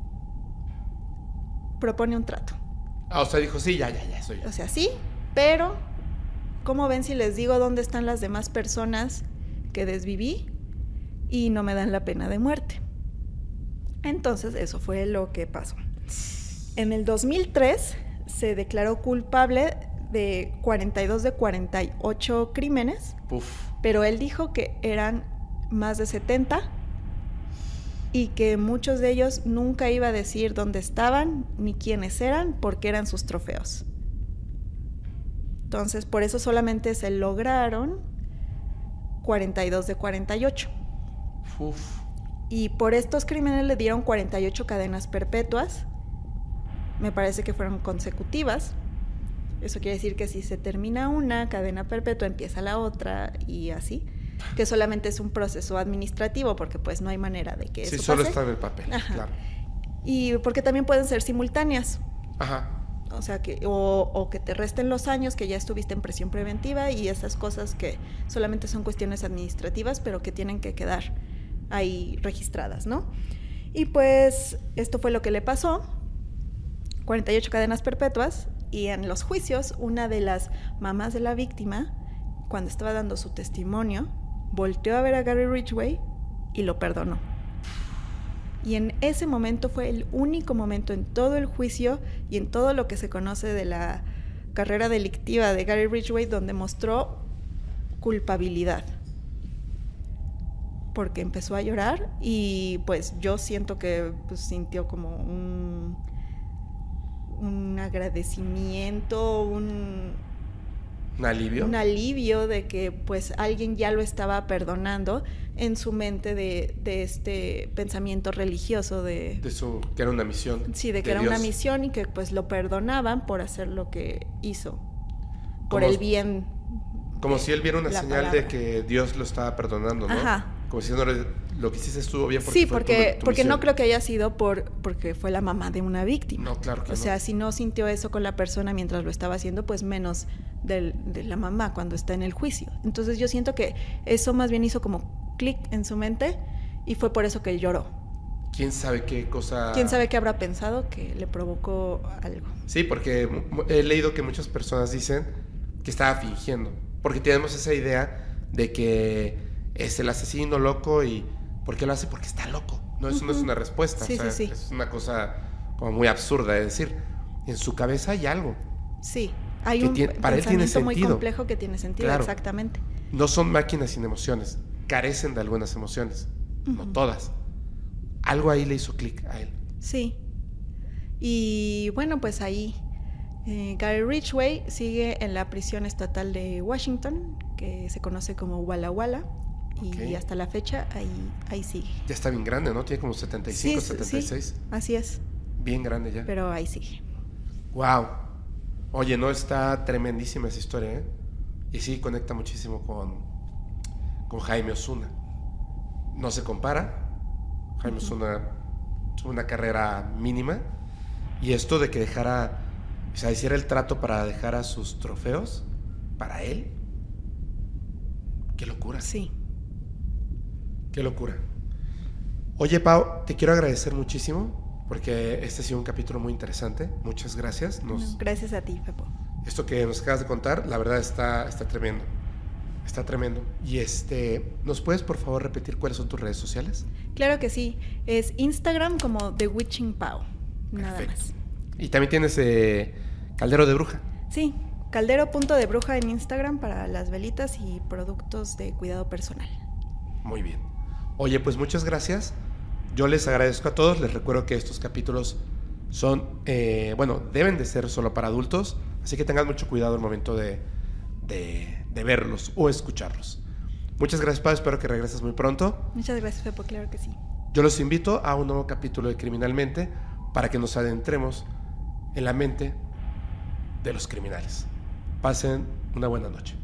propone un trato. Ah, o sea, dijo, sí, ya, ya, ya, soy yo. O sea, sí, pero ¿cómo ven si les digo dónde están las demás personas que desviví y no me dan la pena de muerte? Entonces, eso fue lo que pasó. En el dos mil tres se declaró culpable de cuarenta y dos de cuarenta y ocho crímenes, Uf. pero él dijo que eran más de setenta y que muchos de ellos nunca iba a decir dónde estaban ni quiénes eran porque eran sus trofeos. Entonces, por eso solamente se lograron cuarenta y dos de cuarenta y ocho. Uf. Y por estos crímenes le dieron cuarenta y ocho cadenas perpetuas. Me parece que fueron consecutivas. Eso quiere decir que si se termina una cadena perpetua, empieza la otra y así. Que solamente es un proceso administrativo porque pues no hay manera de que sí, eso solo pase. está en el papel, Ajá. claro. Y porque también pueden ser simultáneas. Ajá. O sea, que o, o que te resten los años que ya estuviste en prisión preventiva y esas cosas que solamente son cuestiones administrativas, pero que tienen que quedar ahí registradas, ¿no? Y pues esto fue lo que le pasó, cuarenta y ocho cadenas perpetuas, y en los juicios una de las mamás de la víctima, cuando estaba dando su testimonio, volteó a ver a Gary Ridgway y lo perdonó. Y en ese momento fue el único momento en todo el juicio y en todo lo que se conoce de la carrera delictiva de Gary Ridgway donde mostró culpabilidad. Porque empezó a llorar y pues yo siento que pues, sintió como un, un agradecimiento, un... ¿Un alivio? Un alivio de que pues alguien ya lo estaba perdonando en su mente de, de este pensamiento religioso de... De su, que era una misión. Sí, de que de era Dios. una misión y que pues lo perdonaban por hacer lo que hizo. Por Como, el bien. Como si él viera una la señal palabra. de que Dios lo estaba perdonando, ¿no? Ajá. Como si no, lo que hiciste estuvo bien porque Sí, fue porque, tu, tu porque no misión. creo que haya sido por porque fue la mamá de una víctima. No, claro que O no. sea, si no sintió eso con la persona mientras lo estaba haciendo, pues menos del, de la mamá cuando está en el juicio. Entonces yo siento que eso más bien hizo como clic en su mente y fue por eso que lloró. ¿Quién sabe qué cosa...? ¿Quién sabe qué habrá pensado que le provocó algo? Sí, porque he leído que muchas personas dicen que estaba fingiendo. Porque tenemos esa idea de que es el asesino loco y... ¿Por qué lo hace? Porque está loco. No, eso uh-huh. no es una respuesta. Sí, o sea, sí, sí. Es una cosa como muy absurda de decir. En su cabeza hay algo. Sí, hay que un tiene, para él tiene pensamiento muy sentido. complejo que tiene sentido, claro. Exactamente. No son máquinas sin emociones. Carecen de algunas emociones. Uh-huh. No todas. Algo ahí le hizo clic a él. Sí. Y bueno, pues ahí eh, Gary Ridgway sigue en la prisión estatal de Washington, que se conoce como Walla Walla. Okay. Y hasta la fecha ahí, ahí sigue. Ya está bien grande, ¿no? Tiene como setenta y cinco, sí, setenta y seis. Sí, así es. Bien grande ya. Pero ahí sigue. Wow. Oye, no, está tremendísima esa historia, ¿eh? Y sí, conecta muchísimo con, con Jaime Osuna. No se compara. Jaime uh-huh. Osuna tuvo una carrera mínima. Y esto de que dejara, o sea, hiciera el trato para dejar a sus trofeos, para él. Qué locura. Sí. Qué locura. Oye, Pau, te quiero agradecer muchísimo porque este ha sido un capítulo muy interesante. Muchas gracias. Nos... Gracias a ti, Pepo. Esto que nos acabas de contar, la verdad está, está tremendo. Está tremendo. Y este, ¿nos puedes por favor repetir cuáles son tus redes sociales? Claro que sí. Es Instagram como The Witching Pau. Nada Perfecto. más. Y también tienes eh, Caldero de Bruja. Sí, caldero punto de bruja en Instagram para las velitas y productos de cuidado personal. Muy bien. Oye, pues muchas gracias. Yo les agradezco a todos. Les recuerdo que estos capítulos son, eh, bueno, deben de ser solo para adultos. Así que tengan mucho cuidado al momento de, de, de verlos o escucharlos. Muchas gracias, Pau. Espero que regreses muy pronto. Muchas gracias, Pepo. Claro que sí. Yo los invito a un nuevo capítulo de Criminalmente para que nos adentremos en la mente de los criminales. Pasen una buena noche.